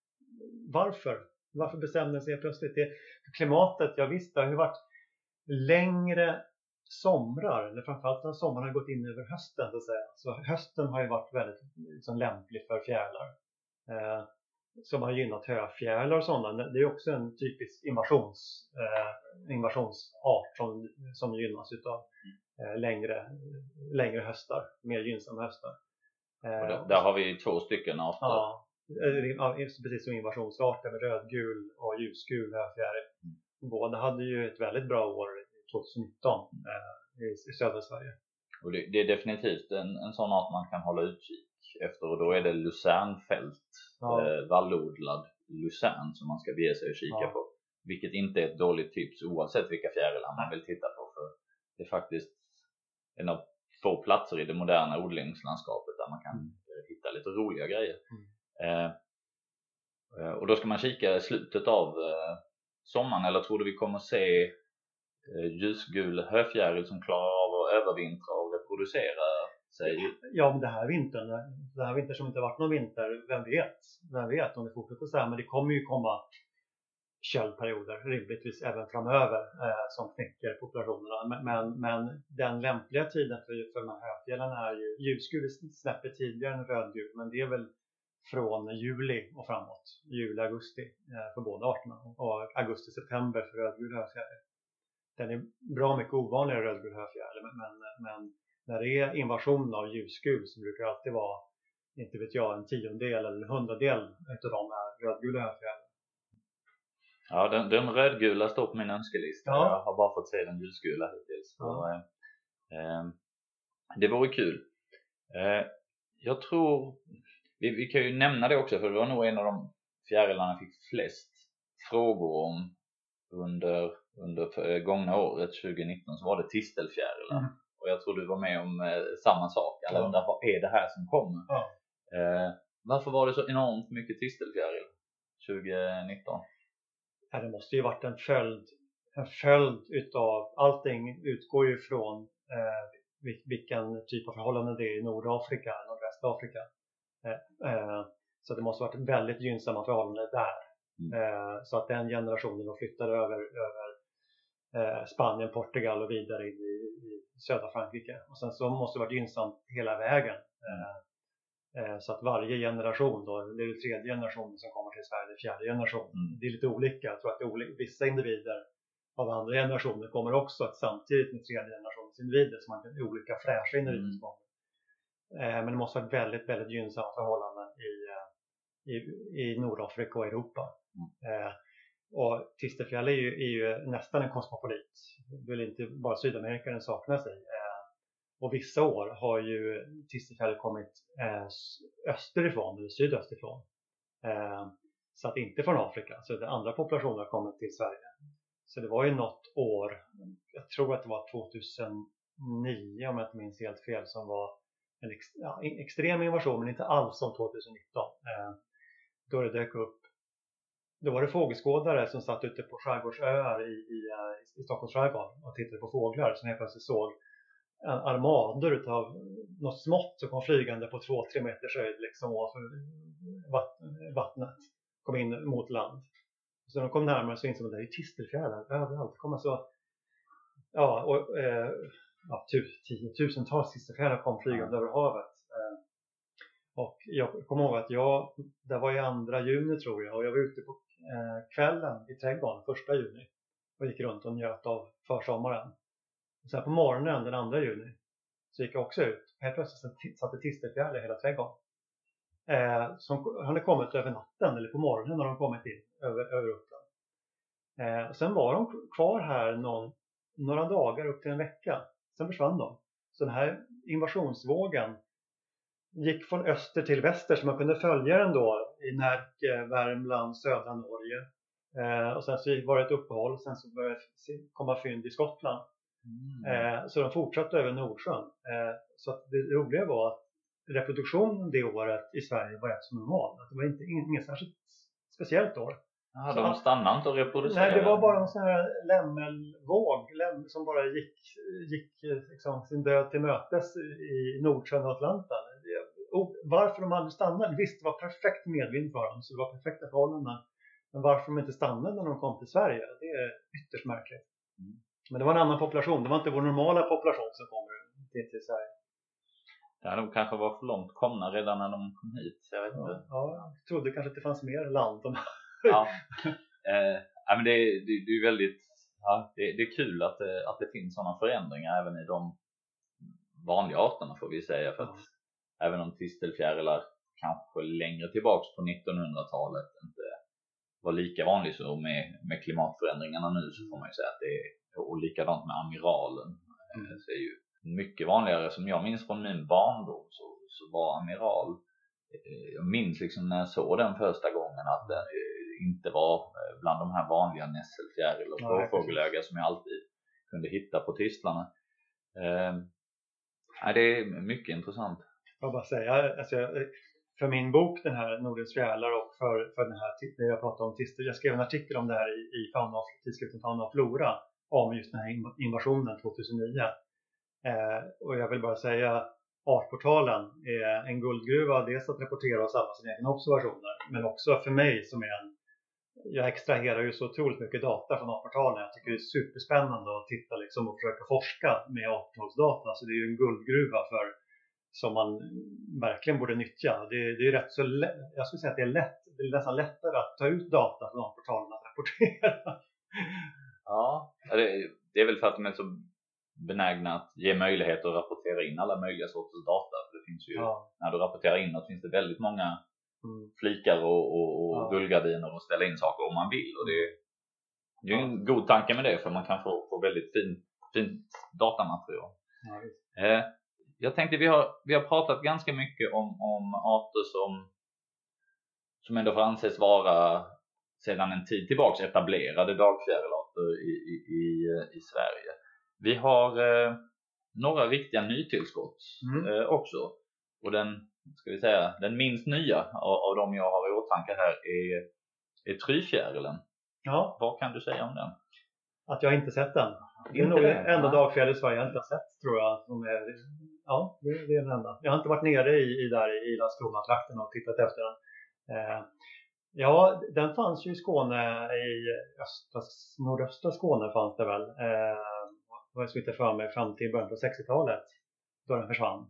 Varför? Varför bestämde den sig plötsligt? Det, klimatet, ja visst, det har ju varit längre somrar, eller framförallt när sommaren har gått in över hösten, så att säga. Så hösten har ju varit väldigt liksom, lämplig för fjärilar. Eh, som har gynnat höfjärilar och sådana. Det är också en typisk invasions, eh, invasionsart som, som gynnas utav eh, längre, längre höstar, mer gynnsamma höstar. Eh, och där, där har vi två stycken arter. Ja, ja, precis som invasionsarter med rödgul och ljusgul höfjäril. Mm. Båda hade ju ett väldigt bra år tjugonitton eh, i, i södra Sverige. Och det, det är definitivt en, en sån art man kan hålla utkik efter, och då är det lucernfält, ja. eh, vallodlad lucern som man ska bege sig och kika ja. på. Vilket inte är ett dåligt tips oavsett vilka fjärilar man vill titta på, för det är faktiskt en av få platser i det moderna odlingslandskapet där man kan mm. hitta lite roliga grejer. Mm. Eh, och då ska man kika i slutet av eh, sommaren, eller tror du vi kommer se eh, ljusgul höfjäril som klarar av att övervintra och reproducera sig. Ja, men det här vintern, det här vintern som inte varit någon vinter, vem vet? Vem vet om det fortsätter så här, men det kommer ju komma köldperioder rimligtvis även framöver eh, som knäcker populationerna. Men, men, men den lämpliga tiden för, för de här höfjällarna är ju ljusgul släpper tidigare än rödgul, men det är väl från juli och framåt, juli-augusti eh, för båda arterna och augusti-september för rödgul höfjäril. Den är bra mycket ovanligare rödgul höfjäril, men, men, men när det är invasion av ljusgul så brukar det alltid vara, inte vet jag, en tiondel eller en hundradel utav dem är rödgula höfjäril. Ja, den, den rödgula står på min önskelista. Ja. Jag har bara fått se den ljusgula hittills. Ja. Och, eh, det vore kul. Eh, jag tror, vi, vi kan ju nämna det också, för det var nog en av de fjärilarna fick flest frågor om under, under gångna året tjugonitton, så var det tistelfjärilar. Mm. Och jag tror du var med om eh, samma sak. Alla undrar, ja. Vad är det här som kommer? Ja. Eh, varför var det så enormt mycket tistelfjäril tjugonitton? Ja, det måste ju varit en följd, en följd utav, allting utgår ju från eh, vilken typ av förhållanden det är i Nordafrika, Nordvästafrika. Eh, eh, så det måste varit väldigt gynnsamma förhållanden där. Mm. Eh, så att den generationen då flyttade över, över eh, Spanien, Portugal och vidare in i, i södra Frankrike. Och sen så måste det varit gynnsamt hela vägen. Eh, Så att varje generation då, det är det tredje generationen som kommer till Sverige, det fjärde generationen. Mm. Det är lite olika. Jag tror att det är olika. Vissa individer av andra generationer kommer också att samtidigt med tredje generationens individer, som man är olika fräscha individer som kommer. Eh, men det måste vara väldigt, väldigt gynnsamma förhållanden i, i, i Nordafrika och Europa. Mm. Eh, och tistelfjäril är ju, är ju nästan en kosmopolit. Det är inte bara Sydamerika den saknas i. Och vissa år har ju tistelfjäril kommit eh, österifrån eller sydösterifrån. Eh, så att inte från Afrika. Så det andra populationer har kommit till Sverige. Så det var ju något år, jag tror att det var tjugohundranio om jag inte minns helt fel, som var en ex, ja, extrem invasion, men inte alls som tjugonitton. Eh, då det dök upp. Då var det fågelskådare som satt ute på skärgårdsöar i, i, i Stockholms skärgård och tittade på fåglar, som helt plötsligt såg armader utav något smått som kom flygande på två tre meters höjd liksom ovanför vattnet, kom in mot land. Så de kom närmare så insåg att det är tistelfjärilar överallt. Det kommer så, ja, och eh, ja, tiotusentals tistelfjärilar kom flygande över havet. Eh, och jag kommer ihåg att jag, det var i andra juni tror jag, och jag var ute på eh, kvällen i trädgården första juni och gick runt och njöt av försommaren. Och sen på morgonen den andra juni så gick jag också ut. Helt plötsligt satt det tistelfjärilar i hela trädgården. Eh, som hade kommit över natten eller på morgonen när de kommit in över, över Uppland. Eh, och sen var de kvar här någon, några dagar upp till en vecka. Sen försvann de. Så den här invasionsvågen gick från öster till väster, så man kunde följa den då i Närke, Värmland, södra Norge. Eh, och sen så var det ett uppehåll. Sen så började det komma fynd i Skottland. Mm. Eh, så de fortsatte över Nordsjön. Eh, så att det roliga var att reproduktionen det året i Sverige var rätt så normal. Att det var inte inget särskilt speciellt år. Ja, de stannade inte och reproducerade. Nej, det var bara en sån här lämmelvåg läm, som bara gick, gick liksom, sin död till mötes i Nordsjön och Atlanten. Varför de aldrig stannade? Visst, det var perfekt medvind för dem, så det var perfekta förhållanden. Men varför de inte stannade när de kom till Sverige, det är ytterst märkligt. Mm. Men det var en annan population. Det var inte vår normala population som kommer till, till Sverige. Ja, de kanske var för långt komna redan när de kom hit. Jag vet inte. Ja, jag trodde kanske att det fanns mer land. Ja, eh, ja men det, det, det är väldigt ja, det, det är kul att det, att det finns sådana förändringar även i de vanliga arterna, får vi säga. För att mm. även om tistelfjärilar kanske längre tillbaks på nittonhundratalet inte var lika vanligt så med, med klimatförändringarna nu, så får man ju säga att det är, och likadant med amiralen. Mm. Så är ju mycket vanligare, som jag minns från min barndom så, så var amiral, jag minns liksom när jag såg den första gången att den inte var bland de här vanliga nässelfjäril och fågelöga som jag alltid kunde hitta på tistlarna. Eh, det är mycket intressant. Jag vill bara säga, alltså, för min bok, den här Nordens fjärilar, och för, för den här, det jag pratade om tistel, jag skrev en artikel om det här i, i fauna, tidskriften Fauna och Flora, om just den här invasionen tjugohundranio. Eh, och jag vill bara säga Artportalen är en guldgruva, dels att rapportera oss alla sina egna observationer, men också för mig som är en, jag extraherar ju så otroligt mycket data från Artportalen. Jag tycker det är superspännande att titta liksom och försöka forska med artportalsdata, så det är ju en guldgruva för, som man verkligen borde nyttja. Det, det är ju rätt så lätt, jag skulle säga att det är lätt, det är nästan lättare att ta ut data från Artportalen att rapportera. Ja, det, det är väl för att de är så benägna att ge möjlighet att rapportera in alla möjliga sorters data. För det finns ju, ja. När du rapporterar in så finns det väldigt många mm. flikar och, och, och ja. guldgardiner och ställa in saker om man vill. Och det, det är ju en god tanke med det, för man kan få, få väldigt fin, fint datamaterial. Ja, eh, jag tänkte vi har, vi har pratat ganska mycket om, om arter som, som ändå får anses vara sedan en tid tillbaks etablerade dagfjärilarter i, i, i, i Sverige. Vi har eh, några riktiga nytillskott mm. eh, också. Och den, ska vi säga, den minst nya av, av de jag har i åtanke här är, är tryfjärilen. Ja. Vad kan du säga om den? Att jag inte sett den. Det är nog den enda dagfjäril i Sverige jag inte har sett, tror jag. Som är, ja, det, det är den enda. Jag har inte varit nere i, i, där, i Landskrona-trakten och tittat efter den. Eh, ja, den fanns ju i Skåne, i östra, nordöstra Skåne fanns det väl. Eh, vad jag skulle för mig fram till början på sextiotalet, då den försvann.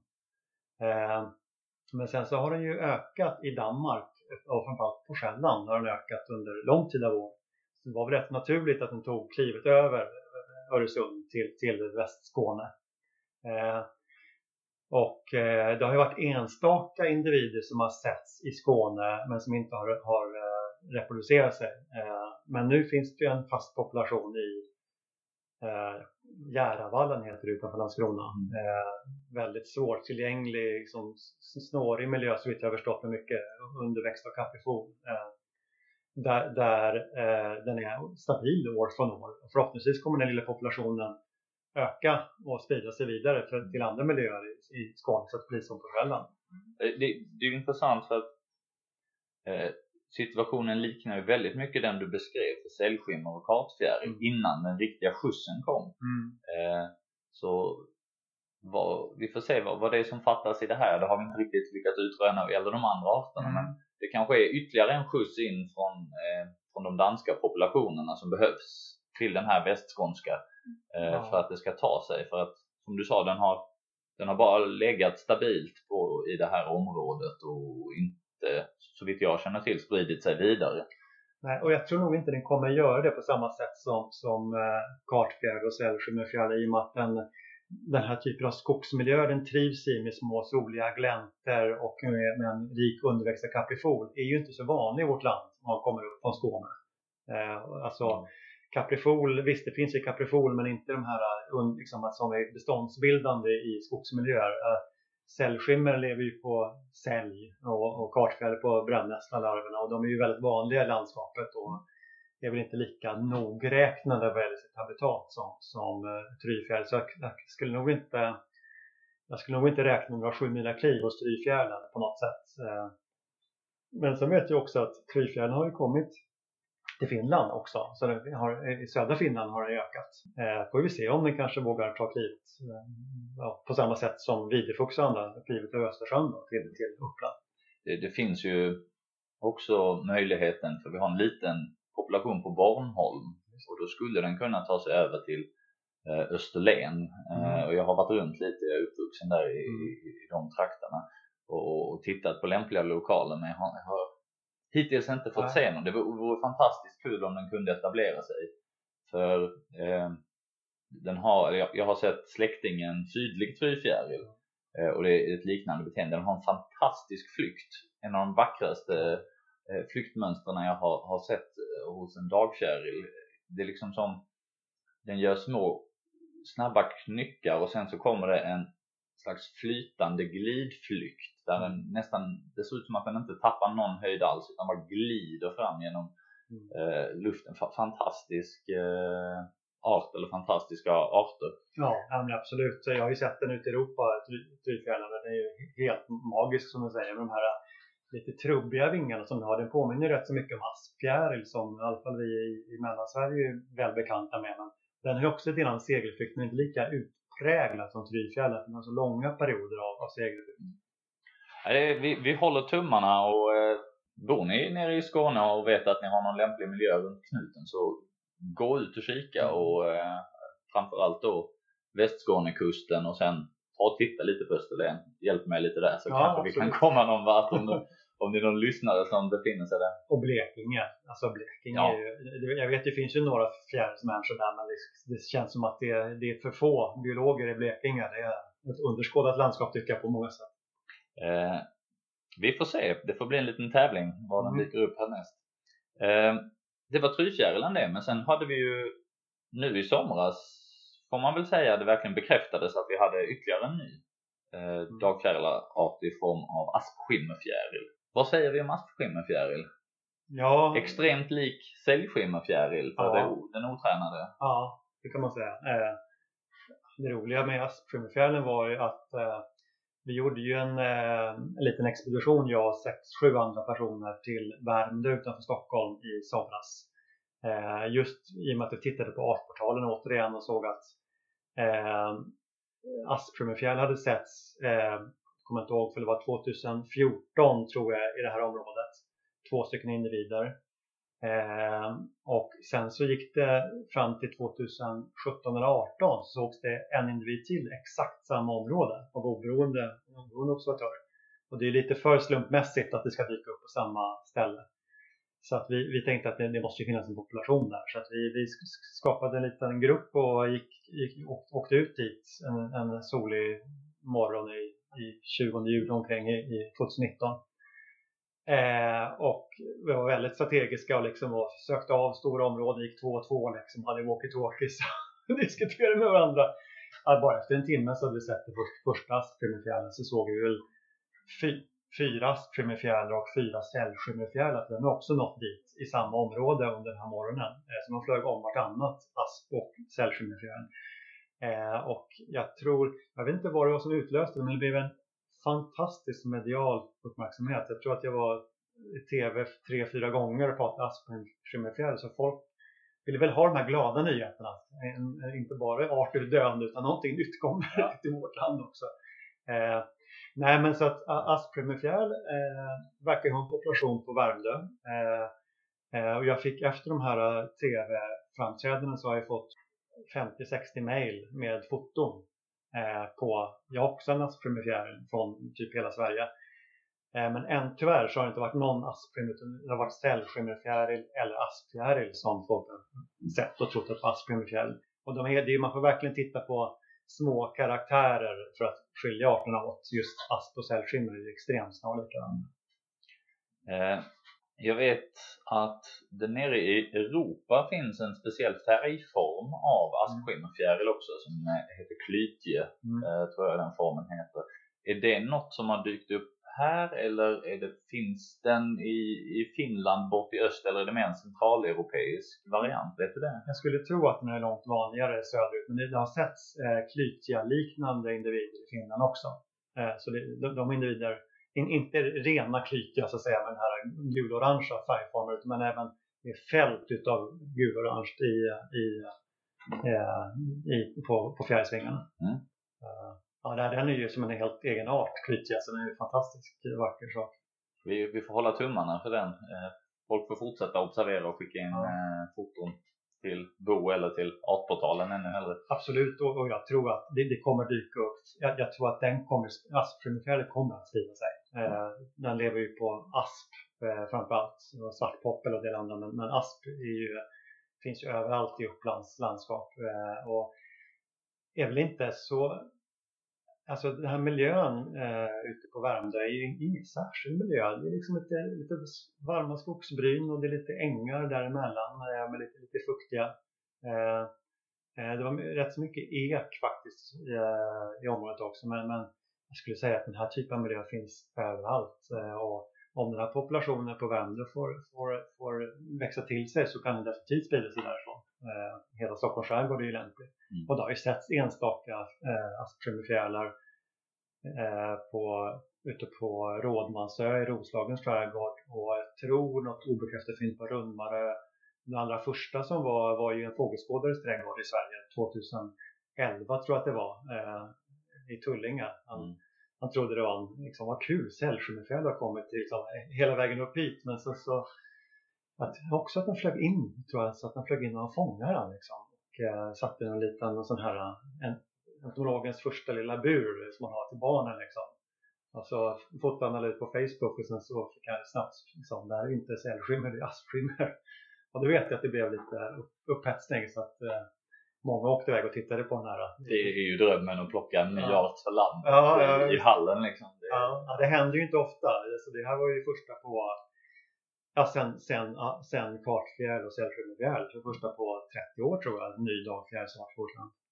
Eh, men sen så har den ju ökat i Danmark, och framförallt på Själland har den ökat under lång tid av år. Så det var väl rätt naturligt att den tog klivet över Öresund till, till Västskåne. Eh, och eh, det har ju varit enstaka individer som har setts i Skåne men som inte har, har eh, reproducerat sig. Eh, men nu finns det en fast population i eh, Järavallen, heter det, utanför Landskrona. Mm. Eh, väldigt svårtillgänglig, liksom, snårig miljö, så vitt jag har förstått, med mycket underväxt och kaprifol. Eh, där där eh, den är stabil år från år. Och förhoppningsvis kommer den lilla populationen öka och sprida sig vidare för, till andra miljöer i, i Skåne, så att det blir som på Själland. Det, det är ju intressant för att eh, situationen liknar ju väldigt mycket den du beskrev för sällskimmer och kartfjäril mm. innan den riktiga skjutsen kom. Mm. Eh, så vad, vi får se vad, vad det är som fattas i det här. Det har vi inte riktigt lyckats utröna vad gäller de andra arterna, mm. men det kanske är ytterligare en skjuts in från, eh, från de danska populationerna som behövs till den här västskånska eh, ja. för att det ska ta sig. För att, som du sa, den har, den har bara legat stabilt på, i det här området och inte, så vitt jag känner till, spridit sig vidare. Nej, och jag tror nog inte den kommer göra det på samma sätt som, som eh, kartfjäril och sällskimmerfjäril, i och med att den, den här typen av skogsmiljö, den trivs i med små soliga gläntor och med, med en rik underväxt av kaprifol, är ju inte så vanlig i vårt land om man kommer upp från Skåne. Eh, alltså mm. kaprifol, visst det finns ju kaprifol, men inte de här liksom, som är beståndsbildande i skogsmiljöer. Eh, Sällskimmer lever ju på sälj och, och kartfjäril på brännässlarlarverna, och de är ju väldigt vanliga i landskapet och är väl inte lika nogräknade vad gäller sitt habitat som, som uh, tryfjäril. Så jag, jag skulle nog inte jag skulle nog inte räkna några sju mila kliv hos tryfjärilen på något sätt. Uh, men så vet jag också att tryfjärilen har ju kommit till Finland också, så det har, i södra Finland har det ökat. Eh, får vi se om den kanske vågar ta klivet eh, ja, på samma sätt som Videfux och andra, klivet över Östersjön då, till, till Uppland. Det, det finns ju också möjligheten, för vi har en liten population på Bornholm, och då skulle den kunna ta sig över till eh, Österlen. Mm. Eh, och jag har varit runt lite, jag är uppvuxen där i, mm. i, i de trakterna och, och tittat på lämpliga lokaler, men jag har, jag har hittills inte fått Nej. se någon. Det vore, vore fantastiskt kul om den kunde etablera sig. För eh, den har, jag, jag har sett släktingen sydlig tryfjäril eh, och det är ett liknande beteende. Den har en fantastisk flykt. En av de vackraste eh, flyktmönsterna jag har, har sett eh, hos en dagfjäril. Det är liksom som, den gör små snabba knyckar och sen så kommer det en slags flytande glidflykt där den nästan, det ser ut som att den inte tappar någon höjd alls utan bara glider fram genom mm. eh, luften. Fantastisk eh, art eller fantastiska arter. Ja, men absolut. Jag har ju sett den ute i Europa, tryfjärilen. Den är ju helt magisk som man säger, med de här lite trubbiga vingarna som den har. Den påminner rätt så mycket om aspfjäril som i alla fall vi i, i Mellansverige är välbekanta med. Men Den har ju också lite grann segelflykt, men inte lika utpräglat som Tryfjället. Den har så långa perioder av, av segelflykt. Ja, det är, vi, vi håller tummarna och eh, bor ni nere i Skåne och vet att ni har någon lämplig miljö runt knuten, så gå ut och kika. Och eh, framförallt då Västskånekusten, och sen ta och titta lite på Österlen. Hjälp mig lite där, så ja, kanske absolut. Vi kan komma någon vart om, om det är någon lyssnare som befinner sig där. Och Blekinge, alltså Blekinge ja. är ju, jag vet det finns ju några fjärilsmänniskor där, men det, det känns som att det, det är för få biologer i Blekinge. Det är ett underskådat landskap tycker jag på många sätt. Eh, vi får se, det får bli en liten tävling var den mm. dyker upp härnäst. Eh, det var Tryfjärilen det, men sen hade vi ju nu i somras, får man väl säga, det verkligen bekräftades att vi hade ytterligare en ny eh, mm. dagfjärilart i form av aspskimmerfjäril. Vad säger vi om aspskimmerfjäril? Ja. Extremt lik säljskimmerfjäril för ja. det, den otränade. Ja, det kan man säga. Eh, det roliga med aspskimmerfjärilen var ju att eh, vi gjorde ju en, eh, en liten expedition, jag och sex, sju andra personer till Värmdö utanför Stockholm i somras. Eh, just i och med att vi tittade på artportalen återigen och såg att eh, aspskimmerfjäril hade setts, eh, kommer inte ihåg, för det var tjugohundrafjorton tror jag i det här området. Två stycken individer. Eh, och sen så gick det fram till tjugosjutton eller arton så sågs det en individ till exakt samma område av oberoende, oberoende observatörer. Och det är lite för slumpmässigt att det ska dyka upp på samma ställe. Så att vi, vi tänkte att det, det måste finnas en population där. Så att vi, vi skapade en liten grupp och gick, gick, åkte ut dit en, en solig morgon i, i tjugonde juli omkring i, i tjugonitton. Eh, och vi var väldigt strategiska och, liksom, och sökte av stora områden, gick två och två liksom, hade walkie-talkies och diskuterade med varandra. Att bara efter en timme så hade vi sett det först, första aspskimmerfjärilen, så såg vi väl fy, fyra aspskimmerfjärilar och fyra säljskimmerfjärilar. De har också nått dit i samma område under den här morgonen. Eh, så man flög om vartannat asp och säljskimmerfjäril. Eh, och jag tror, jag vet inte vad det var som utlöste det, men det blev en fantastisk medial uppmärksamhet. Jag tror att jag var i tv tre, fyra gånger och pratade aspskimmerfjäril, så folk ville väl ha de här glada nyheterna. Inte bara arter döende utan någonting nytt kommer ja. till vårt land också. Eh, nej men så att aspskimmerfjäril eh, verkar ha en population på Värmdö. Eh, eh, och jag fick efter de här tv-framträdandena så har jag fått femtio till sextio mejl med foton. Eh, på, jag har också en aspskimmerfjäril från typ hela Sverige. Eh, men än tyvärr så har det inte varit någon aspskimmer, det har varit säljskimmerfjäril eller aspfjäril som folk har sett och trott att aspskimmerfjäril. Och de är, det är, man får verkligen titta på små karaktärer för att skilja arterna åt. Just asp och säljskimmer är extremt snarlika. Eh, jag vet att det nere i Europa finns en speciell färgform av aspskimmerfjäril också som heter klytje, mm. eh, tror jag den formen heter. Är det något som har dykt upp här, eller är det, finns den i, i Finland bort i öst, eller är det mer en centraleuropeisk variant? Vet du det? Jag skulle tro att den är långt vanligare söderut, men det har setts eh, klytja-liknande individer i Finland också. Eh, så det, de, de individer, in, inte rena klytja så att säga, med den här gul-orangea färgformen, men även med fält utav gul-orange i, i, eh, i, på, på fjärilsvingarna. Mm. Uh, Ja, den är ju som en helt egen art, klytja, så den är ju fantastiskt vacker sak. Vi, vi får hålla tummarna för den. Folk får fortsätta observera och skicka in ja. eh, foton till Bo eller till artportalen ännu hellre. Absolut, och, och jag tror att det, det kommer dyka upp. Jag, jag tror att den kommer, aspskimmerfjäril kommer att sprida sig. Eh, den lever ju på asp eh, framförallt, svartpoppel och det andra, men, men asp är ju, finns ju överallt i Upplands landskap eh, och är väl inte så. Alltså den här miljön eh, ute på Värmdö är ju ingen särskild miljö. Det är liksom lite, lite varma skogsbryn och det är lite ängar däremellan eh, med lite, lite fuktiga. Eh, eh, det var rätt så mycket ek faktiskt eh, i området också. Men, men jag skulle säga att den här typen av miljö finns överallt. Eh, och om den här populationen på Värmdö får, får, får växa till sig så kan den definitivt sprida sig därifrån. Eh, hela Stockholms skärgård är ju lämpligt. Mm. Och det har ju setts enstaka eh, aspskimmerfjärilar eh, på, ute på Rådmansö i Roslagens skärgård, och jag tror något obekräftat finns på Rundmarö Den allra första som var var ju en fågelskådares trädgård i Sverige tjugoelva tror jag att det var, eh, i Tullinge. Han, mm. han trodde det var en, liksom, vad kul, sällskymmefjäll har kommit till, liksom, hela vägen upp hit. Men så, så att, också att den flög in, tror jag, så att den flög in och han fångade den liksom. Och eh, satte en liten en sån här, en entomologens första lilla bur som man har till barnen liksom. Och så fotade han ut på Facebook och sen så fick han snabbt liksom, det här är inte sälskimmer, det är askskimmer. Och då vet jag att det blev lite upphetsning så att eh, många åkte iväg och tittade på den här. Det är ju drömmen att plocka en ny art för land ja, ja, i hallen liksom. Det, ja, ja, det händer ju inte ofta. Så det här var ju första på, ja, sen, sen, sen kartfjäril och sälskimmerfjäril. Så första på trettio år tror jag, ny dagfjäril som var vårt land.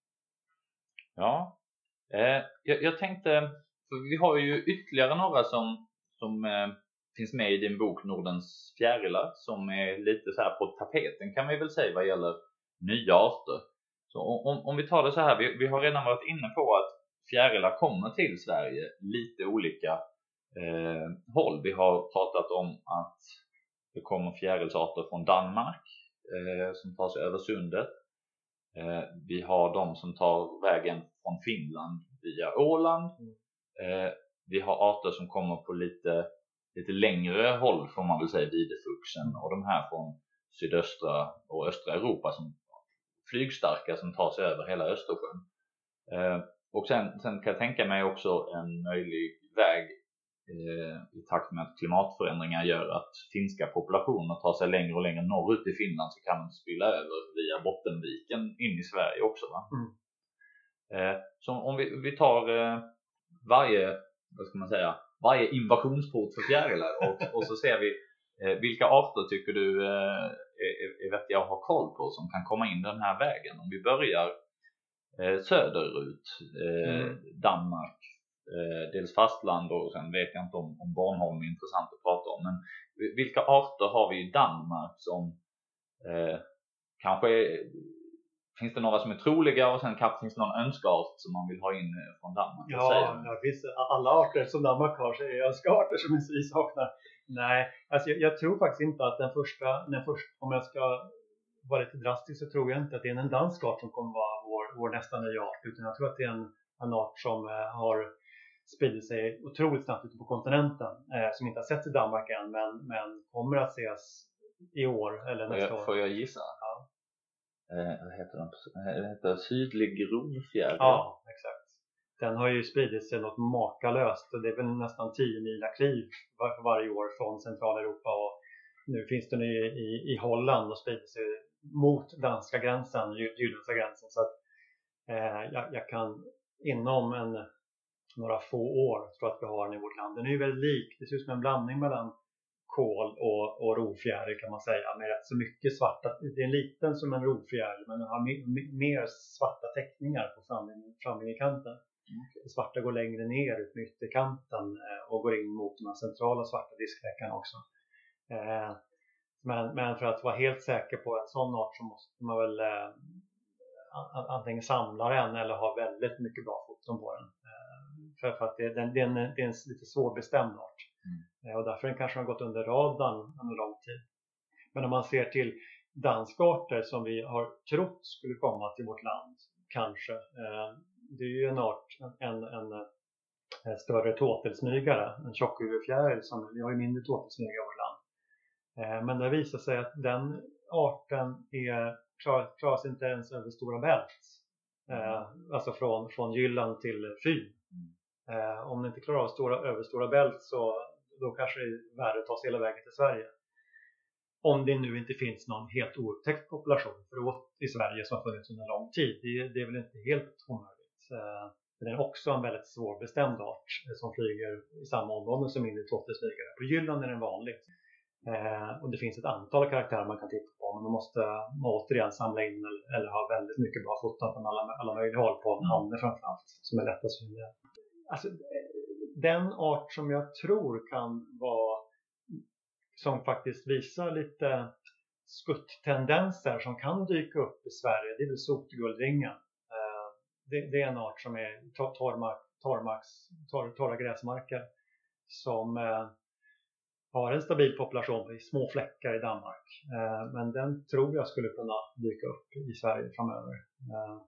Ja, eh, jag, jag tänkte, för vi har ju ytterligare några som, som eh, finns med i din bok Nordens fjärilar som är lite så här på tapeten kan vi väl säga vad gäller nya arter. Så om, om vi tar det så här, vi, vi har redan varit inne på att fjärilar kommer till Sverige lite olika eh, håll. Vi har pratat om att det kommer fjärilsarter från Danmark eh, som tar sig över sundet. Eh, vi har de som tar vägen från Finland via Åland. Eh, vi har arter som kommer på lite, lite längre håll får man väl säga, videfuxen och de här från sydöstra och östra Europa som flygstarka som tar sig över hela Östersjön. Eh, och sen, sen kan jag tänka mig också en möjlig väg eh, i takt med att klimatförändringar gör att finska populationer tar sig längre och längre norrut i Finland, så kan man spilla över via Bottenviken in i Sverige också. Va? Mm. Eh, så om vi, vi tar eh, varje, vad ska man säga, varje invasionsport för fjärilar och, och så ser vi eh, vilka arter tycker du eh, är, är vettiga att ha koll på som kan komma in den här vägen. Om vi börjar eh, söderut, eh, mm. Danmark, eh, dels fastland och sen vet jag inte om, om Bornholm är intressant att prata om, men vilka arter har vi i Danmark som eh, kanske är, finns det några som är troliga och sen kanske finns det någon önskeart som man vill ha in från Danmark? Ja, det finns alla arter som Danmark har så är önskearter som vi saknar. Nej, alltså jag, jag tror faktiskt inte att den första, den första, om jag ska vara lite drastisk så tror jag inte att det är en dansk art som kommer vara vår, vår nästa nya art, utan jag tror att det är en, en art som eh, har spridit sig otroligt snabbt ute på kontinenten, eh, som inte har sett i Danmark än, men, men kommer att ses i år eller nästa får jag, år. Får jag gissa? Ja. Eh, vad heter den? Det heter sydlig grovfjäril. Ja, exakt. Den har ju spridit sig något makalöst och det är väl nästan tio mila kliv var, varje år från Centraleuropa, och nu finns den i, i, i Holland och sprider sig mot danska gränsen, jylländska gränsen, så att eh, jag, jag kan inom en, några få år tror att vi har den i vårt land. Den är ju väldigt lik, det ser ut som en blandning mellan kål och, och rovfjäril kan man säga, med rätt så mycket svarta. Det är en liten som en rovfjäril, men den har me, me, mer svarta teckningar på framvingekanten. Mm. Det svarta går längre ner ut med ytterkanten eh, och går in mot de här centrala svarta diskräckarna också. Eh, men, men för att vara helt säker på en sån art så måste man väl eh, antingen samla den eller ha väldigt mycket bra foton på den. Eh, för, för att det, det, det, är en, det är en lite svårbestämd art. Mm. Och därför den kanske har gått under radarn under lång tid. Men om man ser till danskarter som vi har trott skulle komma till vårt land, kanske, eh, det är ju en art, en, en, en större tåtelsmygare, en tjockhuvudfjäril, som vi har ju mindre tåtelsmygare i vårt land. Eh, men det visar sig att den arten är, klar, klarar sig inte ens över Stora Bält, eh, alltså från, från Jylland till Fyn. Mm. Eh, om det inte klarar av stora, över Stora Bält, så då kanske det är värre att ta sig hela vägen till Sverige. Om det nu inte finns någon helt oupptäckt population för åt i Sverige som har funnits under lång tid. Det, det är väl inte helt omöjligt. Eh, men det är också en väldigt svårbestämd art eh, som flyger i samma område som mindre tåtelsmygare. På Jylland är den vanlig. Eh, och det finns ett antal karaktärer man kan titta på, men man måste återigen samla in eller, eller ha väldigt mycket bra foton från alla, alla möjliga håll på en hand framförallt, som är lättast att finna. Alltså, den art som jag tror kan vara, som faktiskt visar lite skutttendenser som kan dyka upp i Sverige, det är väl sotguldringen. Eh, det, det är en art som är torrmark, torrmarks, torr, torra gräsmarker som eh, har en stabil population i små fläckar i Danmark. Eh, men den tror jag skulle kunna dyka upp i Sverige framöver. Eh,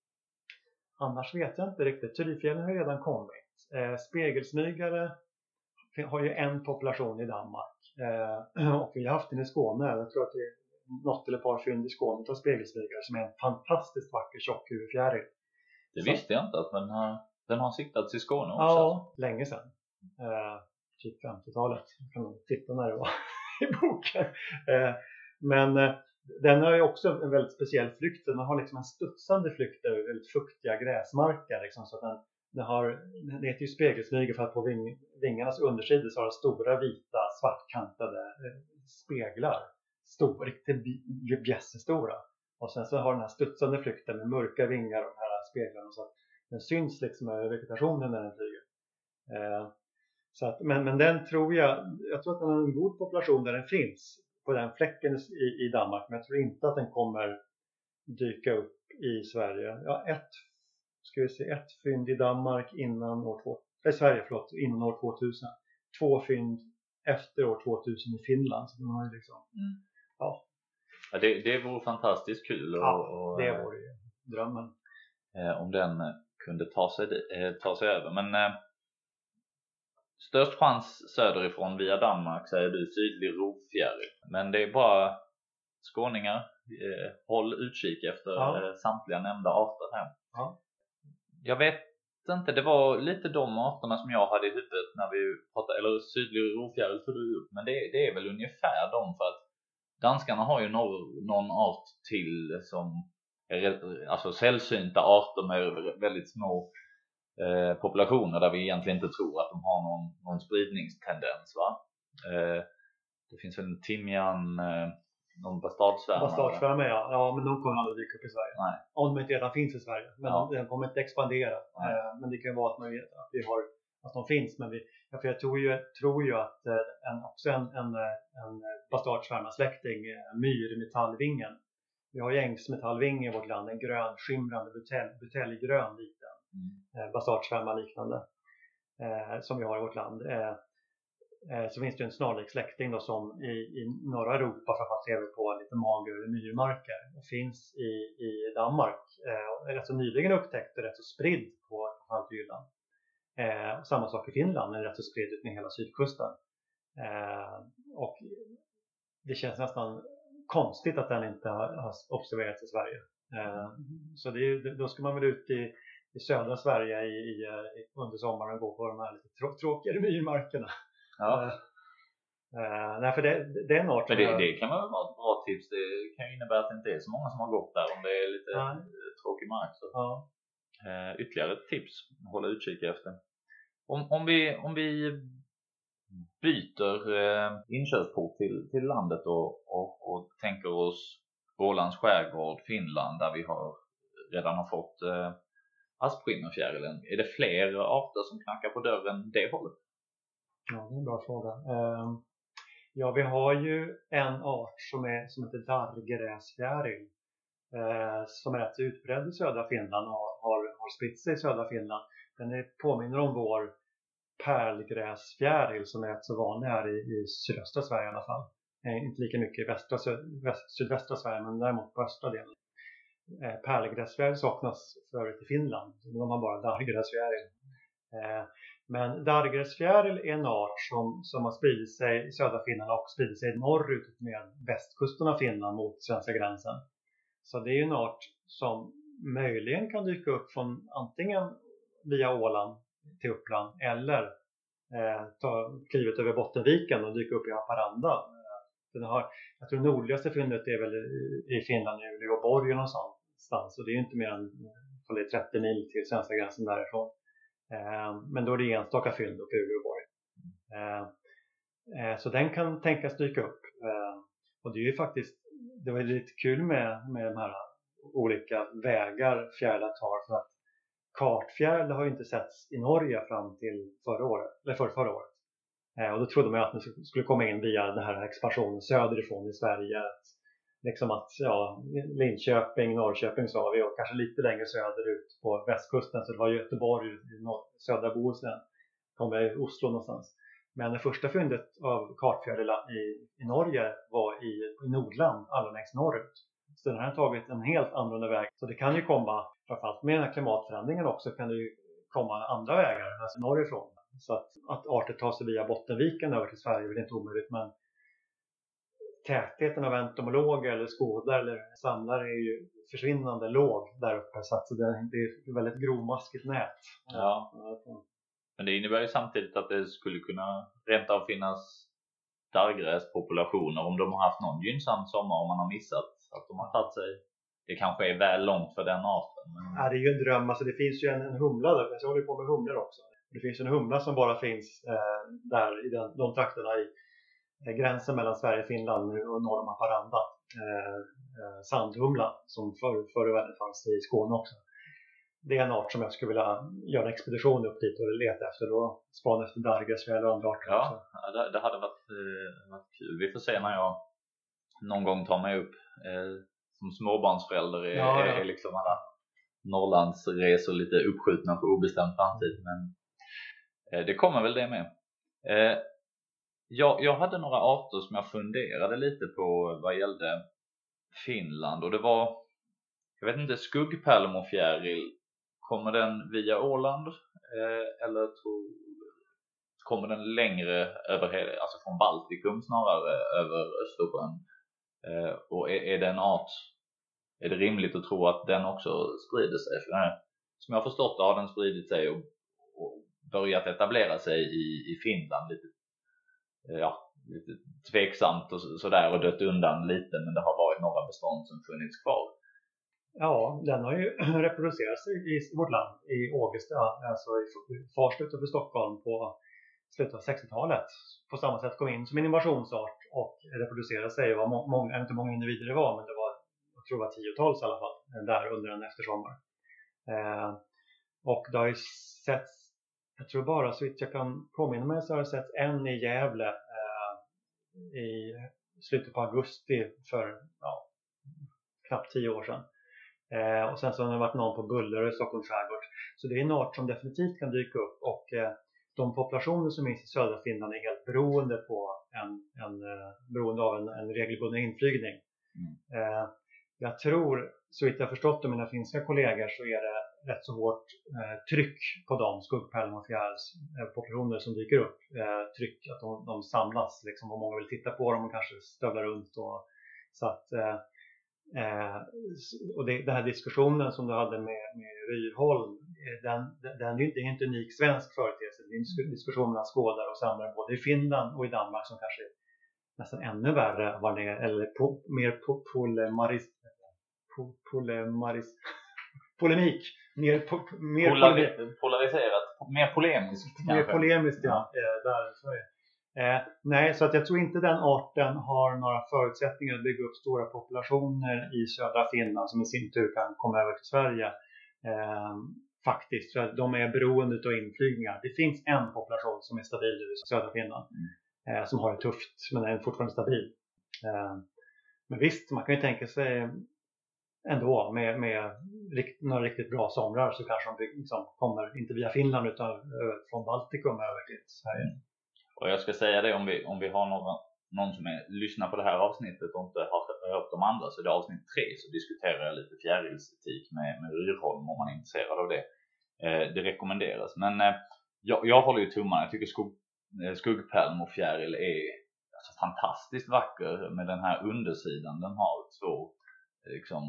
annars vet jag inte riktigt. Tylifjällen har redan kommit. Eh, spegelsmygare har ju en population i Danmark. Eh, och vi har haft den i Skåne. Jag tror att det är något eller ett par fynd i Skåne av spegelsmygare som är en fantastiskt vacker tjockhuvudfjäril. Det visste jag inte att den har, den har siktats i Skåne också. Ja, länge sedan. Eh, typ femtiotalet. Jag kan titta när det var i boken. Eh, men eh, den har ju också en väldigt speciell flykt. Den har liksom en studsande flykt över väldigt fuktiga gräsmarker. Liksom, så att den, den, har, den heter ju spegelsmyger för att på ving, vingarnas undersida så har den stora vita svartkantade eh, speglar. Stor, riktigt bjässestora. Och sen så har den här studsande flykten med mörka vingar och de här speglarna. Så att den syns liksom över vegetationen när den flyger. Eh, så att, men, men den tror jag, jag tror att den har en god population där den finns. På den fläcken i, i Danmark. Men jag tror inte att den kommer dyka upp i Sverige. Ja, ett, ska vi se, ett fynd i Danmark innan år två, eh, Sverige, förlåt, innan år tvåtusen. Två fynd efter år tvåtusen i Finland. Så de har ju liksom, mm. ja. Ja, det, det vore fantastiskt kul. Och, ja, och, det vore ju drömmen. Eh, om den kunde ta sig, eh, ta sig över. Men eh, störst chans söderifrån via Danmark säger du sydlig rovfjäril. Men det är bara skåningar. Eh, håll utkik efter ja. eh, samtliga nämnda arter här. Ja. Jag vet inte, det var lite de arterna som jag hade i huvudet när vi pratade, eller sydlig rovfjäril tog du upp. Men det, det är väl ungefär de, för att danskarna har ju någon, någon art till som alltså sällsynta arter med väldigt små eh, populationer där vi egentligen inte tror att de har någon, någon spridningstendens, va? Eh, det finns väl en timjan, eh, någon bastardsvärmare. Bastardsvärmare, ja. Ja, men de kommer aldrig dyka upp i Sverige. Nej. Om de inte redan finns i Sverige. Men ja. de, de kommer inte expandera. Eh, men det kan ju vara att, man vet att vi har att de finns. Men vi, ja, för jag tror ju, tror ju att eh, en, också en, en, en bastardsvärmarsläkting, eh, myrmetallvingen. Vi har ju ängsmetallving i vårt land, en grön, skimrande, butelj, buteljgrön liten mm. eh, bastardsvärma liknande eh, som vi har i vårt land. Eh, eh, så finns det en snarlik släkting då, som i, i norra Europa framförallt ser vi på lite mager myrmarker och finns i, i Danmark. Eh, rätt så nyligen upptäckt och rätt så spridd på halvjylland. Eh, samma sak i Finland, men rätt så spridd ut med hela sydkusten. Eh, och det känns nästan konstigt att den inte har observerats i Sverige. Eh, så det är, då ska man väl ut i, i södra Sverige i, i, under sommaren och gå på de här lite trå- tråkigare myrmarkerna. Ja. Eh, eh, nej, för det, det är en art. Men det, det kan vara ett bra tips. Det kan ju innebära att det inte är så många som har gått där om det är lite nej. tråkig mark. Så. Ja. Eh, ytterligare ett tips att hålla utkik efter. Om, om vi... Om vi byter eh, inkörsport till, till landet och, och, och tänker oss Ålands skärgård, Finland, där vi har, redan har fått eh, aspskinnarfjärilen. Är det fler arter som knackar på dörren det hållet? Ja, det är en bra fråga. Eh, ja, vi har ju en art som, är, som heter darrgräsfjäril eh, som är rätt utbredd i södra Finland och har, har spritt sig i södra Finland. Den är, påminner om vår pärlgräsfjäril som är rätt så vanlig här i, i sydöstra Sverige i alla fall. Eh, inte lika mycket i västra, väst, sydvästra Sverige, men däremot på östra delen. Eh, pärlgräsfjäril saknas förut i Finland. De har bara darrgräsfjäril. Eh, men darrgräsfjäril är en art som, som har spridit sig i södra Finland och spridit sig norrut med västkusten av Finland mot svenska gränsen. Så det är en art som möjligen kan dyka upp från antingen via Åland till Uppland eller eh, ta klivet över Bottenviken och dyka upp i Haparanda. Den har, jag tror nordligaste fyndet är väl i, i Finland, i Uleåborg och någonstans, och det är ju inte mer än det är trettio mil till svenska gränsen därifrån. Eh, men då är det enstaka fynd uppe i Uleåborg. Eh, eh, så den kan tänkas dyka upp. Eh, och det är ju faktiskt, det var lite kul med, med de här olika vägar fjärilar tar, för att kartfjäril har ju inte setts i Norge fram till förra året, eller för förra året. Eh, och då trodde man att den skulle komma in via den här expansionen söderifrån i Sverige. Att, liksom att ja, Linköping, Norrköping sa vi, och kanske lite längre söderut på västkusten. Så det var Göteborg i norr, södra Bohuslän. Kommer i Oslo någonstans. Men det första fyndet av kartfjäril i, i Norge var i, i Nordland, allra längst norrut. Så den här har tagit en helt annorlunda väg. Så det kan ju komma, framförallt med den här klimatförändringen också, kan det ju komma andra vägar, alltså norrifrån. Så att, att arter tar sig via Bottenviken över till Sverige är inte omöjligt, men tätheten av entomologer eller skådare eller samlare är ju försvinnande låg där uppe. Så att det, det är ett väldigt grovmaskigt nät. Ja. Men det innebär ju samtidigt att det skulle kunna rent av finnas darrgräspopulationer om de har haft någon gynnsam sommar och man har missat att de har tagit sig. Det kanske är väl långt för den arten. Men... Ja, det är ju en dröm. Alltså det finns ju en, en humla där. Jag håller på med humlor också. Det finns en humla som bara finns eh, där i den, de trakterna i eh, gränsen mellan Sverige och Finland och norr om Haparanda. Eh, eh, sandhumla som förr, förr i världen fanns i Skåne också. Det är en art som jag skulle vilja göra en expedition upp dit och leta efter och spana efter darrgräsfjäril och andra arter. Ja, det, det hade varit, eh, varit kul. Vi får se när jag någon gång tar mig upp eh, som småbarnsförälder är, ja, ja. är, är liksom alla Norrlandsresor lite uppskjutna på obestämd framtid, men eh, det kommer väl det med. Eh, jag, jag hade några arter som jag funderade lite på vad gällde Finland, och det var, jag vet inte, skuggpärlemorfjäril, kommer den via Åland eh, eller tror, kommer den längre över, alltså från Baltikum snarare över Östersjön? Eh, och är, är det en art, är det rimligt att tro att den också sprider sig? För här, som jag har förstått det har den spridit sig och, och börjat etablera sig i, i Finland lite, eh, ja, lite tveksamt och sådär så och dött undan lite, men det har varit några bestånd som funnits kvar. Ja, den har ju reproducerat sig i vårt land, i Ågesta, alltså i Farsta utanför Stockholm på slutet av sextiotalet. På samma sätt kom in som en invasionsart och reproducerade sig. Det var må- många, inte många individer det var, men det var, jag tror det var tiotals i alla fall, där under en eftersommar. Eh, och det har ju setts, jag tror bara så vitt jag kan påminna mig så har det setts en i Gävle eh, i slutet på augusti för ja, knappt tio år sedan. Eh, och sen så har det varit någon på Buller i Stockholms skärgård. Så det är en art som definitivt kan dyka upp, och eh, de populationer som finns i södra Finland är helt beroende på en, en, eh, beroende av en, en regelbunden inflygning. Mm. Eh, jag tror, så vitt jag förstått av mina finska kollegor, så är det rätt så hårt eh, tryck på de skuggpärlemorfjärils eh, populationer som dyker upp. Eh, tryck att de, de samlas liksom, och många vill titta på dem och kanske stövlar runt. Och, så att eh, Eh, och det, den här diskussionen som du hade med, med Rydholm, den, den, den är ju inte en inte unik svensk företeelse. Det är en diskussion mellan skådare och samlare både i Finland och i Danmark som kanske är nästan ännu värre var det, eller po, mer po, polemaris, po, polemaris, polemik, mer, po, mer Polari, polariserat, mer polemiskt kanske. Mer polemiskt, ja, ja. Eh, där så är det. Eh, nej, så att jag tror inte den arten har några förutsättningar att bygga upp stora populationer i södra Finland som i sin tur kan komma över till Sverige. Eh, faktiskt, för de är beroende av inflygningar. Det finns en population som är stabil i södra Finland, eh, som har det tufft, men är fortfarande stabil. Eh, men visst, man kan ju tänka sig ändå med, med rikt, några riktigt bra somrar så kanske de liksom kommer inte via Finland utan eh, från Baltikum över till Sverige. Och jag ska säga det, om vi, om vi har någon, någon som är, lyssnar på det här avsnittet och inte har hört de andra, så det är avsnitt tre, så diskuterar jag lite fjärilsetik med, med Rydholm om man är intresserad av det. Eh, det rekommenderas. Men eh, jag, jag håller ju tummarna. Jag tycker skog, eh, skuggpärlemorfjäril är alltså fantastiskt vacker med den här undersidan. Den har två liksom,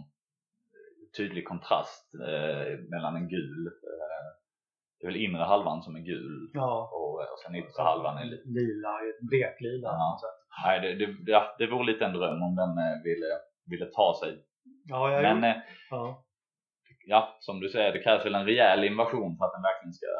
tydlig kontrast eh, mellan en gul eh, det är väl inre halvan som är gul, ja. och, och sen yttre halvan är lite lila, bleklila. Ja. Nej, det, det, ja, det vore lite en dröm om den ville, ville ta sig. Ja, jag Men eh, ja. ja, som du säger, det krävs väl en rejäl invasion för att den verkligen ska,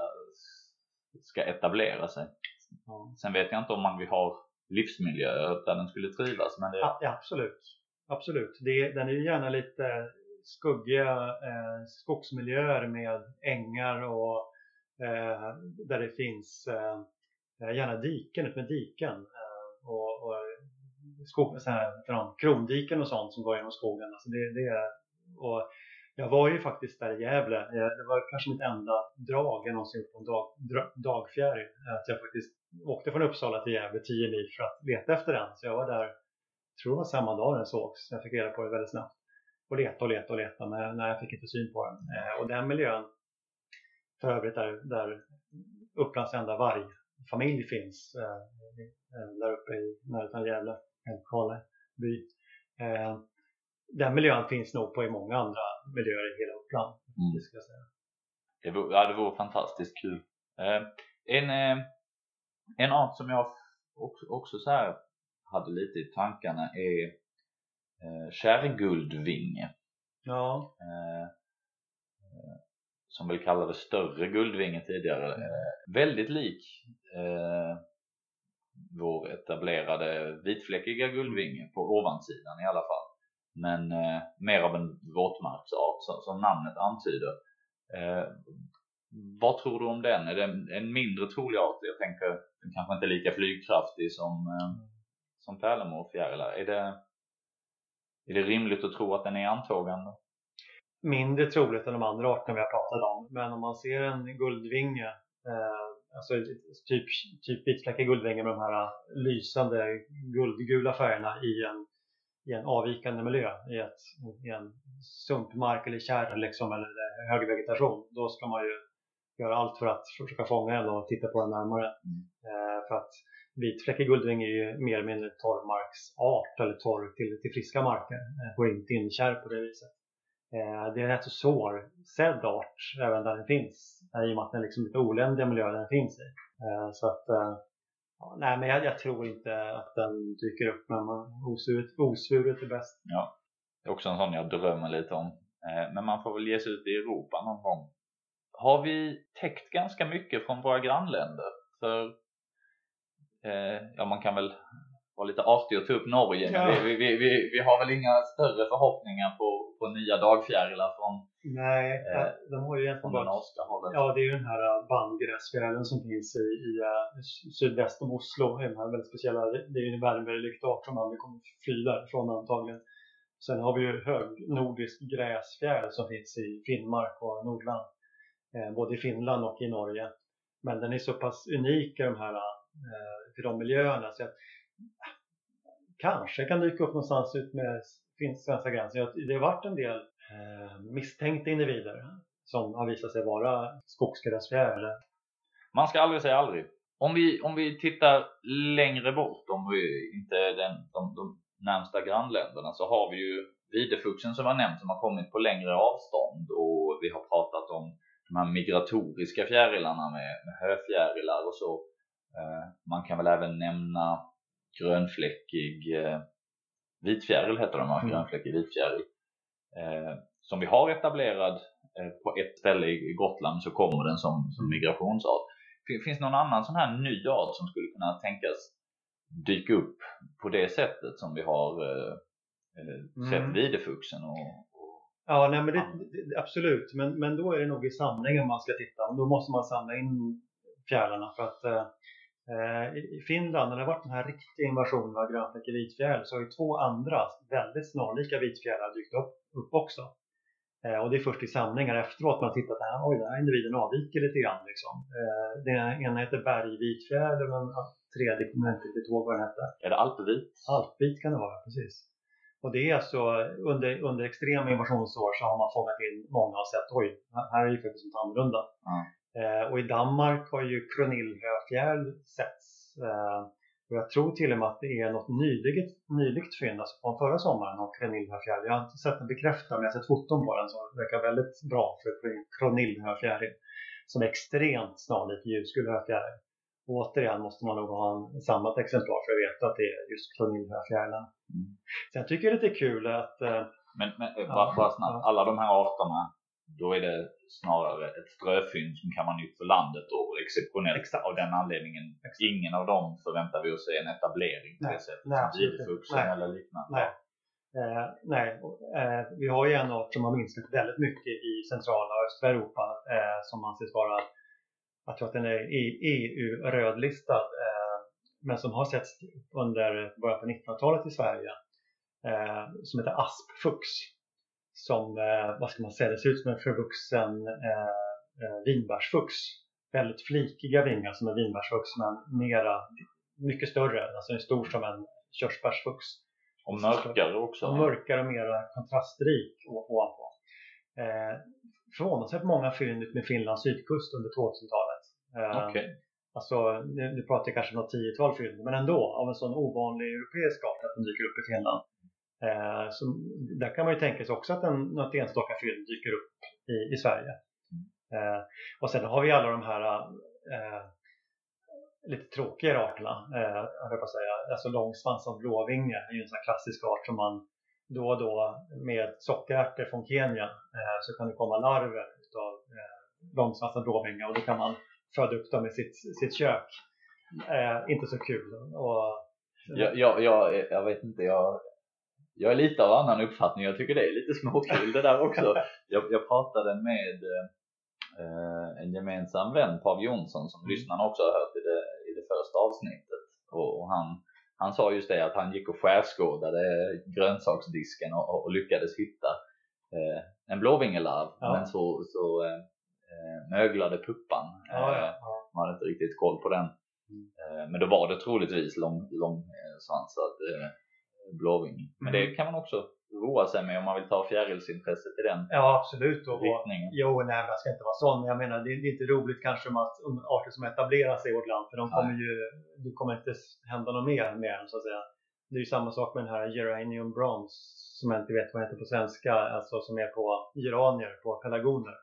ska etablera sig. Ja. Sen vet jag inte om man vill ha livsmiljöer där den skulle trivas. Men det... ja, ja, absolut. Absolut. Det, den är ju gärna lite skuggiga eh, skogsmiljöer med ängar och Eh, där det finns eh, gärna diken med diken eh, och, och skog, så här, krondiken och sånt som går genom skogen. Alltså det, det är, och jag var ju faktiskt där i Gävle. Det var kanske mitt enda drag jag någonsin på en dag, dagfjäril. Att jag faktiskt åkte från Uppsala till Gävle tio mil för att leta efter den. Så jag var där, tror det var samma dag den sågs. Jag fick reda på det väldigt snabbt. Och leta och leta och leta, men nej, jag fick inte syn på den. Eh, och den miljön, för övrigt där, där Upplands enda vargfamilj finns, eh, där uppe i närheten av Gävle, Älvkarleby. Eh, den miljön finns nog på i många andra miljöer i hela Uppland, mm. det ska jag säga. Det vore, ja, det vore fantastiskt kul. Eh, en, eh, en art som jag också, också så här hade lite i tankarna är eh, kärrguldvinge. Ja. Eh, eh, som väl kallades större guldvinge tidigare. Mm. Eh, väldigt lik eh, vår etablerade vitfläckiga guldvinge på ovansidan i alla fall. Men eh, mer av en våtmarksart som, som namnet antyder. Eh, vad tror du om den? Är det en, en mindre trolig art? Jag tänker den kanske inte är lika flygkraftig som, eh, som pärlemorfjärilar. Är det, är det rimligt att tro att den är antågande? Mindre troligt än de andra arterna vi har pratat om. Men om man ser en guldvinge, eh, alltså typ, typ vitfläckig guldvinge med de här lysande guldgula färgerna i en i en avvikande miljö, i, ett, i en sumpmark eller kärr liksom, eller hög vegetation, då ska man ju göra allt för att försöka fånga den och titta på den närmare. Mm. Eh, för att vitfläckig guldvinge är ju mer eller mindre torrmarksart eller torr till, till friska marker, eh, går inte in i kärr på det viset. Eh, det är en rätt så svårsedd art även där den finns, eh, i och med att den är liksom lite oländiga miljöer den finns i. Eh, så att eh, Ja, nej, men jag, jag tror inte att den dyker upp, men osvuret, osvuret är bäst. Ja, det är också en sån jag drömmer lite om. Eh, men man får väl ge sig ut i Europa någon gång. Har vi täckt ganska mycket från våra grannländer? För eh, ja, man kan väl vara lite artig och ta upp Norge. Ja. Men vi, vi, vi, vi har väl inga större förhoppningar på, på nya dagfjärilar från, nej, eh, de har ju egentligen från den norska hållet. Ja, det är ju den här bandgräsfjärilen som finns i, i uh, sydväst om Oslo. Den här väldigt speciella, det är ju en värmelyktat som aldrig kommer fly därifrån antagligen. Sen har vi ju hög nordisk gräsfjäril som finns i Finnmark och Nordland. Eh, både i Finland och i Norge. Men den är så pass unik i de här eh, till de miljöerna så att kanske kan dyka upp någonstans ut med finns svenska gränsen. Det har varit en del eh, misstänkta individer som har visat sig vara skogsgräsfjäril. Man ska aldrig säga aldrig. Om vi, om vi tittar längre bort, om vi inte den, de, de närmsta grannländerna, så har vi ju videfuxen som var nämnt som har kommit på längre avstånd, och vi har pratat om de här migratoriska fjärilarna med, med höfjärilar och så. Eh, man kan väl även nämna grönfläckig eh, vitfjäril heter de, mm. grönfläckig vitfjäril eh, som vi har etablerad eh, på ett ställe i Gotland, så kommer den som, som migrationsart. Finns det någon annan sån här ny art som skulle kunna tänkas dyka upp på det sättet som vi har eh, sett mm. videfuxen och, och ja, nej, men det, det, absolut, men, men då är det nog i samlingen man ska titta, då måste man samla in fjärilarna för att eh, i Finland, när det har varit den här riktiga invasionen av grönfläckig vitfjäril, så har ju två andra väldigt snarlika vitfjärilar dykt upp, upp också. Eh, och det är först i samlingar efteråt man tittar att oj, den här individen avviker lite grann. Liksom. Eh, den ena heter bergvitfjäril och den tredje kommer jag inte riktigt ihåg vad den heter. Är det alpvit? Alpvit kan det vara, precis. Och det är alltså under, under extrema invasionsår så har man fångat in många och sett oj, här är det faktiskt inte annorlunda. Mm. Eh, och i Danmark har ju kronillhöfjäril setts. Eh, och jag tror till och med att det är något nyligt, nyligt fynd, alltså från förra sommaren av kronillhöfjäril. Jag har inte sett den bekräftad, men jag har sett foton på den som verkar väldigt bra för kronillhöfjäril. Som är extremt snarlik ljusgullhöfjäril. Och återigen måste man nog ha en samlat exemplar för att veta att det är just kronillhöfjärilen. Mm. Så jag tycker det är lite kul att... Eh, men men bara, bara snabbt, ja. Alla de här arterna, då är det snarare ett ströfynd som kan vara nytt för landet och exceptionellt. Exakt. Av den anledningen. Exakt. Ingen av dem förväntar vi oss en etablering på nej, det sättet. Nej, som videfuxen eller liknande. Nej, eh, nej. Eh, vi har ju en art som har minskat väldigt mycket i centrala och östra Europa eh, som anses vara, jag tror att den är E U-rödlistad eh, men som har setts under början på nittonhundratalet i Sverige eh, som heter aspfux. Som, eh, vad ska man säga, det ser ut som en förvuxen eh, eh, vinbärsfux. väldigt flikiga vingar som är vinbärsfux, men mera, mycket större, alltså en stor som en körsbärsfux. Och mörkare också. Och mörkare och mera kontrastrik ovanpå. Eh, förvånansvärt många fynd med Finlands sydkust under tvåtusentalet. Eh, okay. Alltså, nu, nu pratar jag kanske något tiotal fynd, men ändå av en sån ovanlig europeisk art att den dyker upp i Finland. Eh, så där kan man ju tänka sig också att en, något enstaka fynd dyker upp i, i Sverige. Eh, och sen har vi alla de här eh, lite tråkigare arterna, eh, jag på säga. Alltså långsvansad blåvinge är ju en sån här klassisk art som man då och då med sockerärtor från Kenya eh, så kan det komma larver av eh, långsvansad blåvinge, och då kan man föda upp dem i sitt, sitt kök. Eh, inte så kul. Och, jag, jag, jag, jag vet inte, jag, jag är lite av annan uppfattning. Jag tycker det är lite småkul det där också. jag, jag pratade med eh, en gemensam vän, Pav Jonsson, som mm. lyssnarna också har hört i det, i det första avsnittet. Och, och han, han sa just det, att han gick och skärskådade grönsaksdisken och, och, och lyckades hitta eh, en blåvingelarv. Ja. Men så, så eh, möglade puppan. Ja, ja, ja. Man hade inte riktigt koll på den. Mm. Men då var det troligtvis lång, lång svansad eh, blåvinge. Men mm. det kan man också roa sig med om man vill ta fjärilsintresset till den. Ja, absolut. Och, och, jo, nej, jag ska inte vara sån. Jag menar, det, det är inte roligt kanske om, att, om arter som etablerar sig i vårt land. För de kommer ju, det kommer inte hända något mer med dem, så att säga. Det är ju samma sak med den här Geranium bronze, som jag inte vet vad heter på svenska. Alltså som är på geranier, på pelargoner.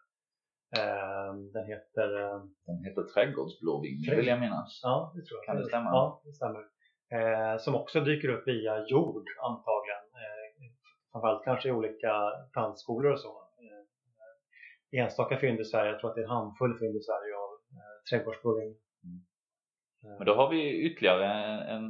Uh, den heter uh, den heter trädgårdsblåvinge, Trädgård. vill jag minnas. Ja, det tror jag. Kan det stämma? Ja, det stämmer. Uh, som också dyker upp via jord antagligen. Uh, framförallt kanske i olika plantskolor och så. Uh, enstaka fynd i Sverige, jag tror att det är en handfull fynd i Sverige av uh, trädgårdsblåvinge. Mm. Uh, Men då har vi ytterligare en, en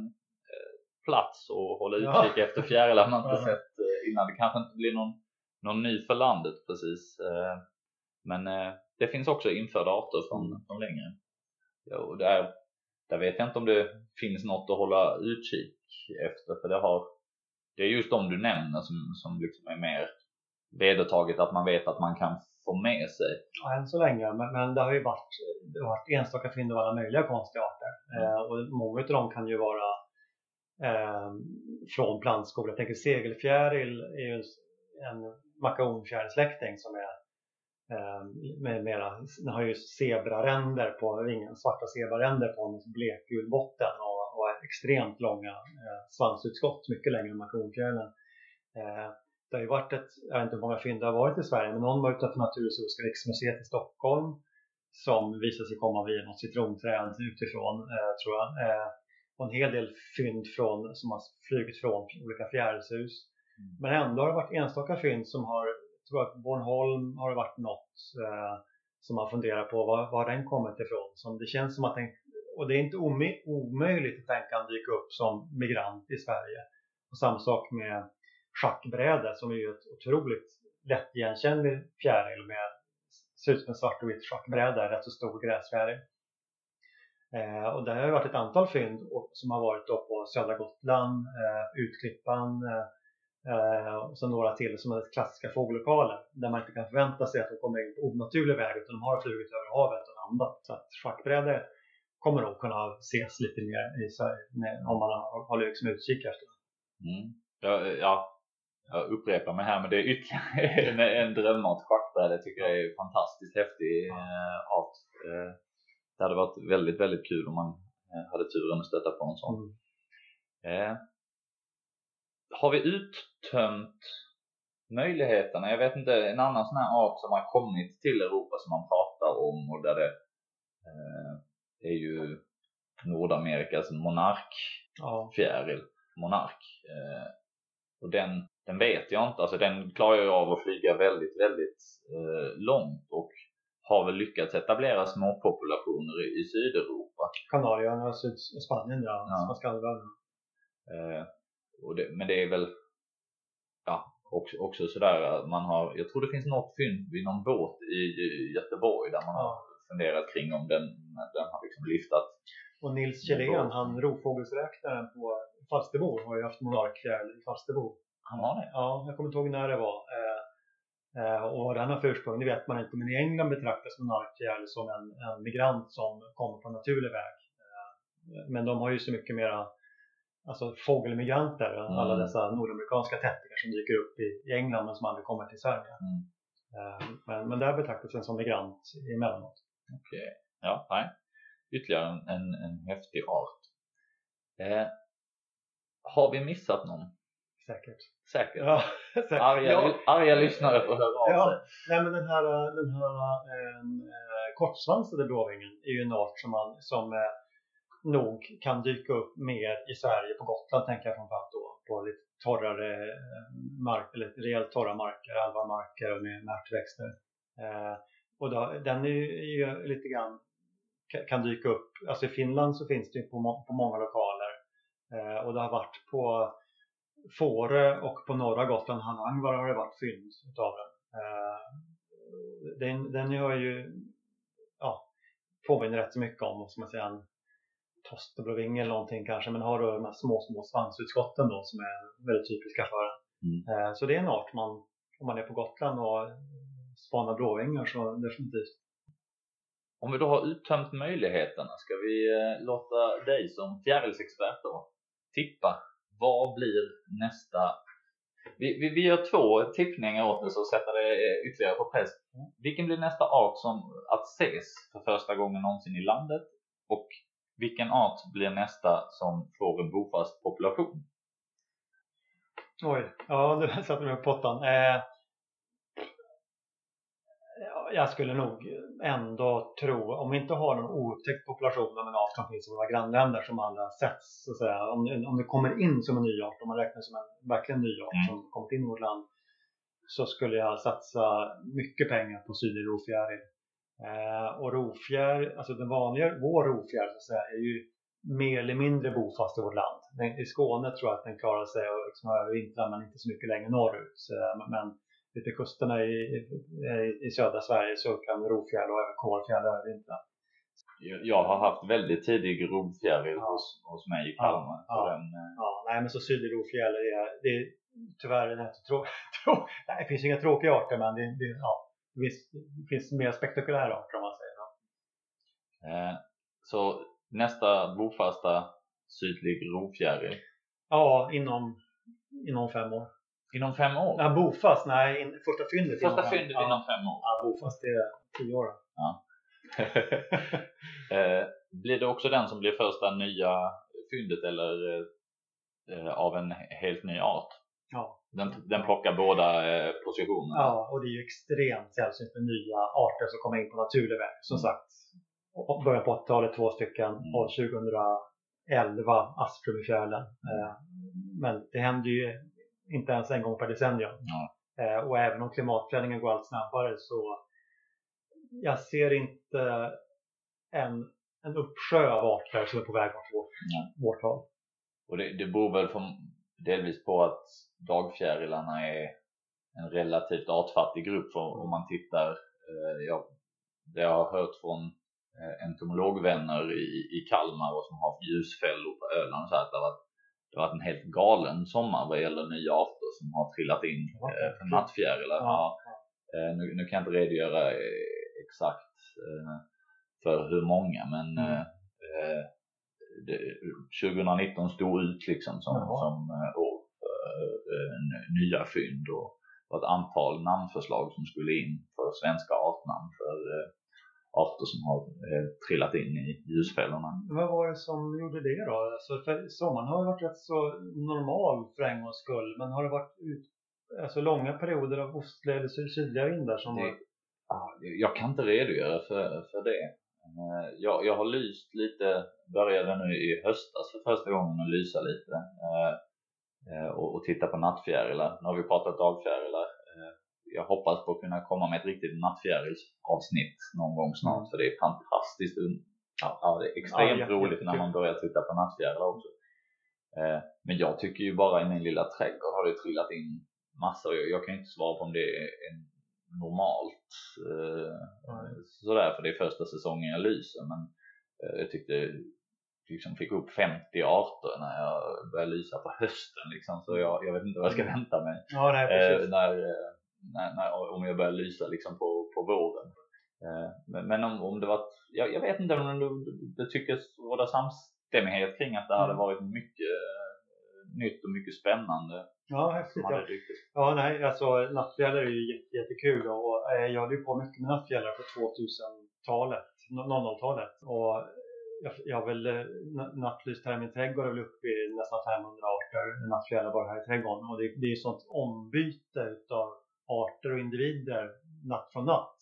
plats att hålla utkik ja. efter fjärilar man inte sett innan. Det kanske inte blir någon, någon ny för landet precis. Uh, Men eh, det finns också införda arter från, mm. från längre. Ja, och där, där vet jag inte om det finns något att hålla utkik efter. För det, har, det är just de du nämner som, som liksom är mer vedertaget, att man vet att man kan få med sig. Ja, än så länge. Men, men det har ju varit, det har varit enstaka fynd av alla möjliga konstiga arter. Mm. Eh, och många av dem kan ju vara eh, från plantskolor. Jag tänker segelfjäril är ju en makaonfjärilsläkting som är med mera, den har ju zebraränder på vingen, svarta zebraränder på en blekgul botten och, och extremt långa eh, svansutskott, mycket längre än makrofjärilen. Eh, det har ju varit ett, jag vet inte hur många fynd det har varit i Sverige, men någon var utanför Naturhistoriska riksmuseet i Stockholm som visade sig komma via något citronträd utifrån, eh, tror jag. Eh, och en hel del fynd från, som har flugit från olika fjärilshus. Mm. Men ändå har det varit enstaka fynd som har, jag tror att Bornholm har det varit något eh, som man funderar på var, var den kommit ifrån. Som det känns som att den, och det är inte omö- omöjligt att den kan dyka upp som migrant i Sverige. Och samma sak med schackbräde som är ju ett otroligt lättigenkännlig fjäril med, ser ut som en svart och vitt schackbräde, rätt så stor gräsfjäril. Eh, och det har ju varit ett antal fynd och, som har varit då på södra Gotland, eh, Utklippan, eh, Uh, och så några till som är klassiska fågellokaler där man inte kan förvänta sig att de kommer in på onaturlig väg, utan de har flugit över havet och landat. Så att schackbräde kommer nog kunna ses lite mer i Sverige med, om man håller liksom utkik efter det. Mm. Ja, ja, jag upprepar mig här, men det är ytterligare en, en drömart schackbräde. Jag tycker det är fantastiskt häftig uh, art. Uh, det hade varit väldigt, väldigt kul om man uh, hade turen att stöta på en sån. Mm. Uh, Har vi uttömt möjligheterna? Jag vet inte, en annan sån här art som har kommit till Europa som man pratar om, och där det eh, är ju Nordamerikas monarkfjäril, monark. Eh, och den, den vet jag inte, alltså den klarar ju av att flyga väldigt, väldigt eh, långt och har väl lyckats etablera små populationer i, i Sydeuropa. Kanarieöarna och Spanien, ja. ja. Skandinavien. Eh, Och det, men det är väl ja, också, också sådär man har, jag tror det finns något fynd vid någon båt i, i Göteborg där man ja. har funderat kring om den, den har liksom lyftat. Och Nils Kjellén, han rovfågelsräknaren på Falsterbo, har ju haft monarkfjäril i Falsterbo. Han har det? Ja, jag kommer inte ihåg när det var. Eh, och vad den har för ursprung, det vet man inte. Men i England betraktas monarkfjäril som en, en migrant som kommer på naturlig väg. Eh, men de har ju så mycket mera alltså fågelmigranter, mm. alla dessa nordamerikanska tättingar som dyker upp i, i England men som aldrig kommer till Sverige. Mm. Eh, men, men där betraktas den som migrant emellanåt. Okej, okay. Ja, nej. Ytterligare en, en, en häftig art. Eh, har vi missat någon? Säkert. Säkert. Ja, säkert. Arga, ja. arga lyssnare får höra av ja. sig. Nej, men den här, den här eh, kortsvansade blåvingen är ju en art som, man, som eh, nog kan dyka upp mer i Sverige, på Gotland tänker jag framförallt då, på lite torrare mark, eller rejält torra marker, alvarmarker med märtväxter. Eh, och då, den är ju, är ju lite grann, kan dyka upp, alltså i Finland så finns det ju på, må, på många lokaler eh, och det har varit på Fårö och på norra Gotland, Hanangvar har det varit fynd utav den. Eh, den, den har ju ja, påminner rätt så mycket om, vad ska man säga, en tosterblåving eller någonting kanske, men har då de här små små svansutskotten då som är väldigt typiska för den. Mm. Eh, så det är en art man, om man är på Gotland och spanar blåvingar, så definitivt. Om vi då har uttömt möjligheterna, ska vi eh, låta dig som fjärilsexpert då tippa. Vad blir nästa? Vi, vi, vi gör två tippningar åt det, så sätter det ytterligare på press. Vilken blir nästa art som att ses för första gången någonsin i landet? Och vilken art blir nästa som får en bofast population? Oj, ja, du satte mig på pottan. Eh, jag skulle nog ändå tro, om vi inte har någon oupptäckt population av en art som finns i våra grannländer som alla sätts, så att säga, om, om det kommer in som en ny art, om man räknar som en verkligen ny art mm. som kommit in i vårt land, så skulle jag satsa mycket pengar på sydlig rovfjäril. Eh, och rovfjär, alltså den vanliga, vår rovfjär så att säga, är ju mer eller mindre bofast i vårt land. Den, i Skåne tror jag att den klarar sig och liksom övervintrar, men inte så mycket längre norrut. Så, men lite kusterna i, i, i södra Sverige så kan rovfjäril och även kålfjäril övervintra. Jag har haft väldigt tidig rovfjäril ja. hos, hos mig i Kalmar. Ja, ja. Den, ja, nej, men så sydlig rovfjäril är, det är tyvärr inte trå, trå, nej, det finns inga tråkiga arter, men det, det, ja, det, finns, det finns mer spektakulära arter om man säger så. Eh, så nästa bofasta sydlig rovfjäril? Ja, inom, inom fem år. Inom fem år? Ja, bofast, nej, in, första fyndet Första inom fyndet fem, inom fem år? Ja, bofast det är tio år. Ja. eh, blir det också den som blir första nya fyndet eller eh, av en helt ny art? Ja. Den, den plockar båda eh, positionerna? Ja, och det är ju extremt sällsynt med nya arter som kommer in på naturlig väg. Som mm. sagt, början på åttiotalet två stycken mm. och tjugohundraelva Asprumifjärilen. Eh, men det händer ju inte ens en gång per decennium. Mm. Eh, och även om klimatförändringen går allt snabbare, så jag ser inte en, en uppsjö av arter som är på väg mot vårt, mm. vårt håll. Och det, det beror väl för, delvis på att dagfjärilarna är en relativt artfattig grupp. För om man tittar, eh, ja, det jag har hört från eh, entomologvänner i, i Kalmar och som har ljusfällor på Öland, så att det har varit Det har varit en helt galen sommar vad gäller nya arter som har trillat in eh, för nattfjärilar. Ja. Ja, nu, nu kan jag inte redogöra eh, exakt eh, för hur många, men mm. eh, det, tjugonitton stod ut liksom som, ja. som eh, år för eh, nya fynd, och var ett antal namnförslag som skulle in för svenska artnamn för eh, arter som har eh, trillat in i ljusfällorna. Vad var det som gjorde det då? Alltså, för sommaren har varit rätt så normal för en gångs skull, men har det varit ut, alltså, långa perioder av ostliga eller sydliga vindar som det, var... ah, jag kan inte redogöra för, för det. Eh, jag, jag har lyst lite, började nu i höstas för första gången att lysa lite eh, och, och titta på nattfjärilar. Nu har vi pratat dagfjärilar. Eh, Jag hoppas på att kunna komma med ett riktigt nattfjärilsavsnitt någon gång snart, mm. för det är fantastiskt. Ja, ja, det är extremt ja, roligt när man börjar titta på nattfjärilar också. Eh, men jag tycker ju bara i min lilla trädgård har det trillat in massor. Jag, jag kan inte svara på om det är en normalt eh, mm. sådär, för det är första säsongen jag lyser. Men eh, jag tyckte liksom fick upp femtio arter när jag började lysa på hösten liksom. Så jag, jag vet inte vad jag ska vänta mig. Ja, nej, eh, när när, när, om jag börjar lysa liksom på, på våren. Eh, men men om, om det var, jag, jag vet inte om det, det tycker råda samstämmighet kring att det hade varit mycket eh, nytt och mycket spännande. Ja, häftigt. Ja. ja, nej, alltså nattfjällor är ju jätte, jättekul och eh, jag höll ju på mycket med nattfjällor på tvåtusentalet, noll noll-talet och jag, jag har väl eh, nattlyst här i min trädgård är väl uppe i nästan femhundra arter nattfjällor bara här i trädgården och det, det är ju sånt ombyte utav arter och individer natt från natt.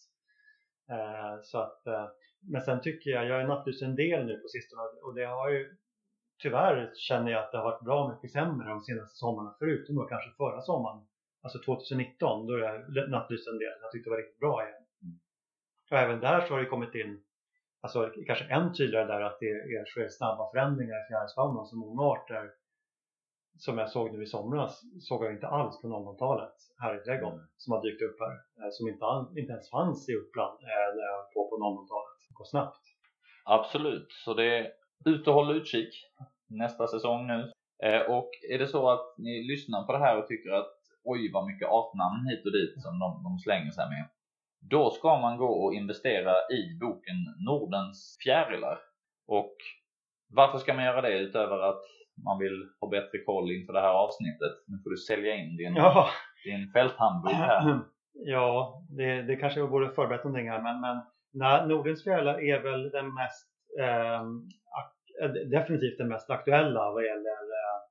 Eh, så att, eh, men sen tycker jag, jag är nattlyst en del nu på sistone och det har ju tyvärr känner jag att det har varit bra mycket sämre de senaste sommarna förutom då kanske förra sommaren. Alltså tjugonitton då är jag nattlyst en del. Jag tyckte det var riktigt bra igen. Mm. Och även där så har det kommit in alltså kanske än tydligare där att det är, sker snabba förändringar i fjärilsfaunan så många arter som jag såg nu i somras såg jag inte alls på noll noll-talet här i trädgården mm. som har dykt upp här. Som inte, inte ens fanns i Uppland eh, när jag var på noll noll-talet. Det går snabbt. Absolut, så det är ut och håll utkik nästa säsong nu. Eh, och är det så att ni lyssnar på det här och tycker att oj vad mycket artnamn hit och dit som de, de slänger sig med. Då ska man gå och investera i boken Nordens fjärilar. Och varför ska man göra det utöver att man vill ha bättre koll inför det här avsnittet? Nu får du sälja in din, ja. din fälthandbok här. Ja, det, det kanske jag borde förberett någonting här. Men, men nej, Nordens fjärilar är väl den mest eh, ak- definitivt den mest aktuella vad gäller eh,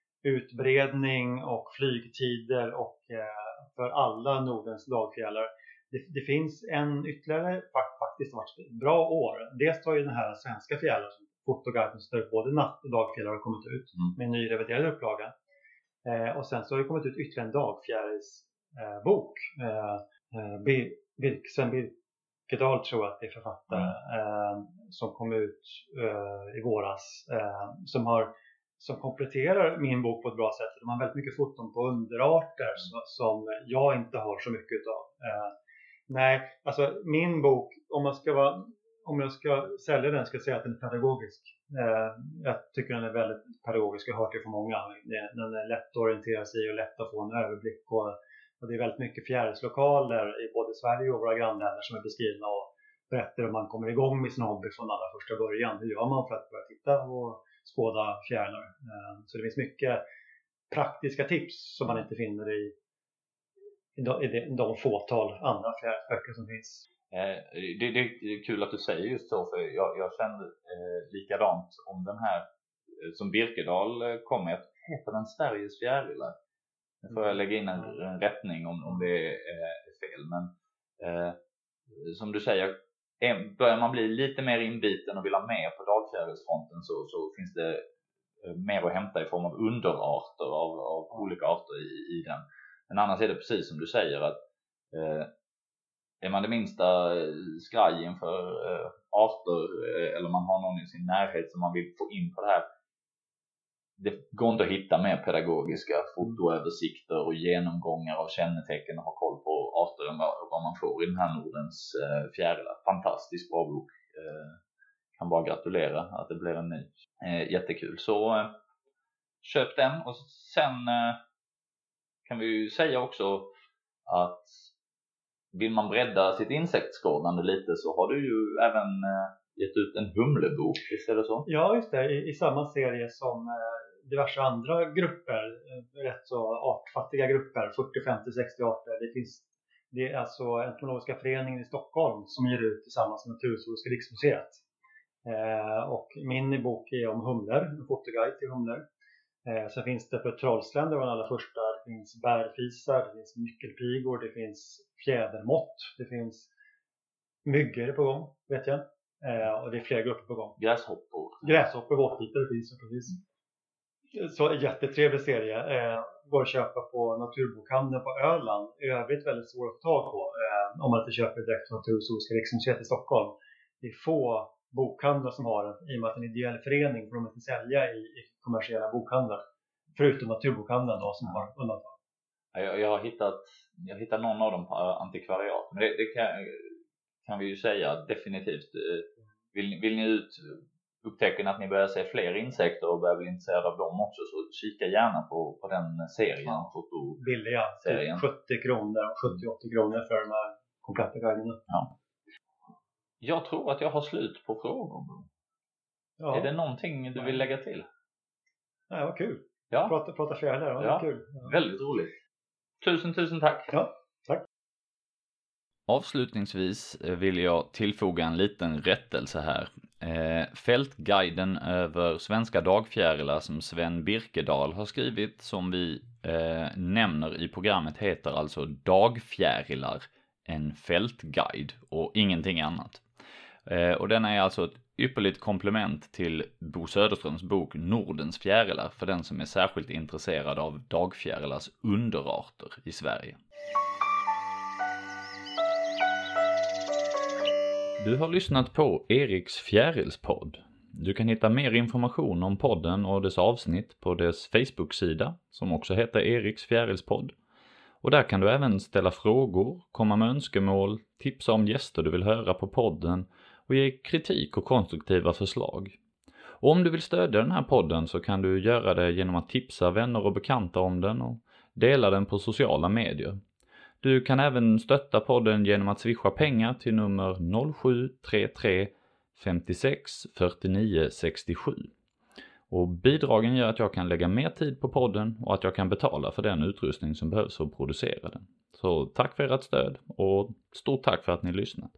utbredning och flygtider och eh, för alla Nordens dagfjärilar. Det, det finns en ytterligare faktiskt varit bra år. Dels har ju den här svenska fjärilar som Fotoguiden står både natt- och dagfjärilar har kommit ut mm. med en ny reviderad upplaga. Eh, och sen så har det kommit ut ytterligare en dagfjärilsbok. Eh, eh, Bir- Bir- Sven Birkedal tror jag att det är författare mm. eh, som kom ut eh, i våras. Eh, som, har, som kompletterar min bok på ett bra sätt. De har väldigt mycket foton på underarter mm. som, som jag inte har så mycket av. Eh, nej, alltså min bok, om man ska vara... Om jag ska sälja den ska jag säga att den är pedagogisk. Eh, jag tycker den är väldigt pedagogisk. Jag har hört det från många. Den är lätt att orientera sig i och lätt att få en överblick. Och, och det är väldigt mycket fjärilslokaler i både Sverige och våra grannländer som är beskrivna och berättar hur man kommer igång med sin hobby från allra första början. Hur gör man för att börja titta och skåda fjärilar? Eh, så det finns mycket praktiska tips som man inte finner i, i, de, i de, de fåtal andra fjärilsböcker som finns. Eh, det, det är kul att du säger just så, för jag, jag kände eh, likadant om den här eh, som Birkedal eh, kom med. Heter den Sveriges fjärilar? Nu får jag lägga in en, en rättning om, om det eh, är fel. Men eh, som du säger, är, börjar man bli lite mer inbiten och vill ha med på dagfjärilsfronten så, så finns det eh, mer att hämta i form av underarter av, av olika arter i, i den. Men annars är det precis som du säger att eh, är man det minsta skraj inför eh, arter eh, eller man har någon i sin närhet som man vill få in på det här. Det går inte att hitta mer pedagogiska fotoöversikter och genomgångar av kännetecken och ha koll på arter än vad, vad man får i den här Nordens eh, fjärilar. Fantastiskt bra bok. Eh, kan bara gratulera att det blir en ny. Eh, jättekul. Så eh, köp den och sen eh, kan vi ju säga också att vill man bredda sitt insektsskådande lite så har du ju även eh, gett ut en humlebok, visst är det så? Ja, just det. I, i samma serie som eh, diverse andra grupper, eh, rätt så artfattiga grupper, fyrtio, femtio, sextio arter. Det finns, det är alltså Entomologiska föreningen i Stockholm som ger ut tillsammans med Naturhistoriska riksmuseet. Eh, och min bok är om humlor, en fotoguide till humlor. Eh, så finns det för trollsländ, det var den allra första. Det finns bärfisar, det finns nyckelpigor, det finns fjädermått, det finns myggor på gång, vet jag. Eh, och det är flera grupper på gång. Gräshoppor. Gräshoppor, våtbitar, det finns precis. Så en jättetrevlig serie. Eh, går att köpa på Naturbokhandeln på Öland. I övrigt väldigt svår att få tag på eh, om man inte köper direkt från Naturhistoriska riksmuseet i Stockholm. Det är få bokhandlar som har den, i och med att en ideell förening får de inte sälja i, i kommersiella bokhandlar. Förutom Naturbokhandeln då som har undantag. Jag, jag har hittat jag har hittat någon av dem på antikvariat. Men det, det kan, kan vi ju säga definitivt. Vill, vill ni ut upptäcker ni att ni börjar se fler insekter och börjar bli intresserade av dem också, så kika gärna på, på den serien. Ja. Foto billiga, serien. sjuttio kronor, sjuttio till åttio kronor för de här kompletta guiderna. Ja. Jag tror att jag har slut på frågor. Ja. Är det någonting du vill lägga till? Nej, vad kul. Ja. Prata, prata fjärilar, ja, ja. kul. Ja. Väldigt roligt. Tusen, tusen tack. Ja, tack. Avslutningsvis vill jag tillfoga en liten rättelse här. Eh, fältguiden över svenska dagfjärilar som Sven Birkedal har skrivit, som vi eh, nämner i programmet, heter alltså Dagfjärilar, en fältguide och ingenting annat. Eh, och den är alltså ett ypperligt komplement till Bo Söderströms bok Nordens fjärilar för den som är särskilt intresserad av dagfjärilars underarter i Sverige. Du har lyssnat på Eriks fjärilspodd. Du kan hitta mer information om podden och dess avsnitt på dess Facebook-sida, som också heter Eriks fjärilspodd. Och där kan du även ställa frågor, komma med önskemål, tipsa om gäster du vill höra på podden och ge kritik och konstruktiva förslag. Och om du vill stödja den här podden så kan du göra det genom att tipsa vänner och bekanta om den och dela den på sociala medier. Du kan även stötta podden genom att swisha pengar till nummer noll sju tre tre femtiosex fyrtionio sextiosju. Och bidragen gör att jag kan lägga mer tid på podden och att jag kan betala för den utrustning som behövs för att producera den. Så tack för ert stöd och stort tack för att ni lyssnat.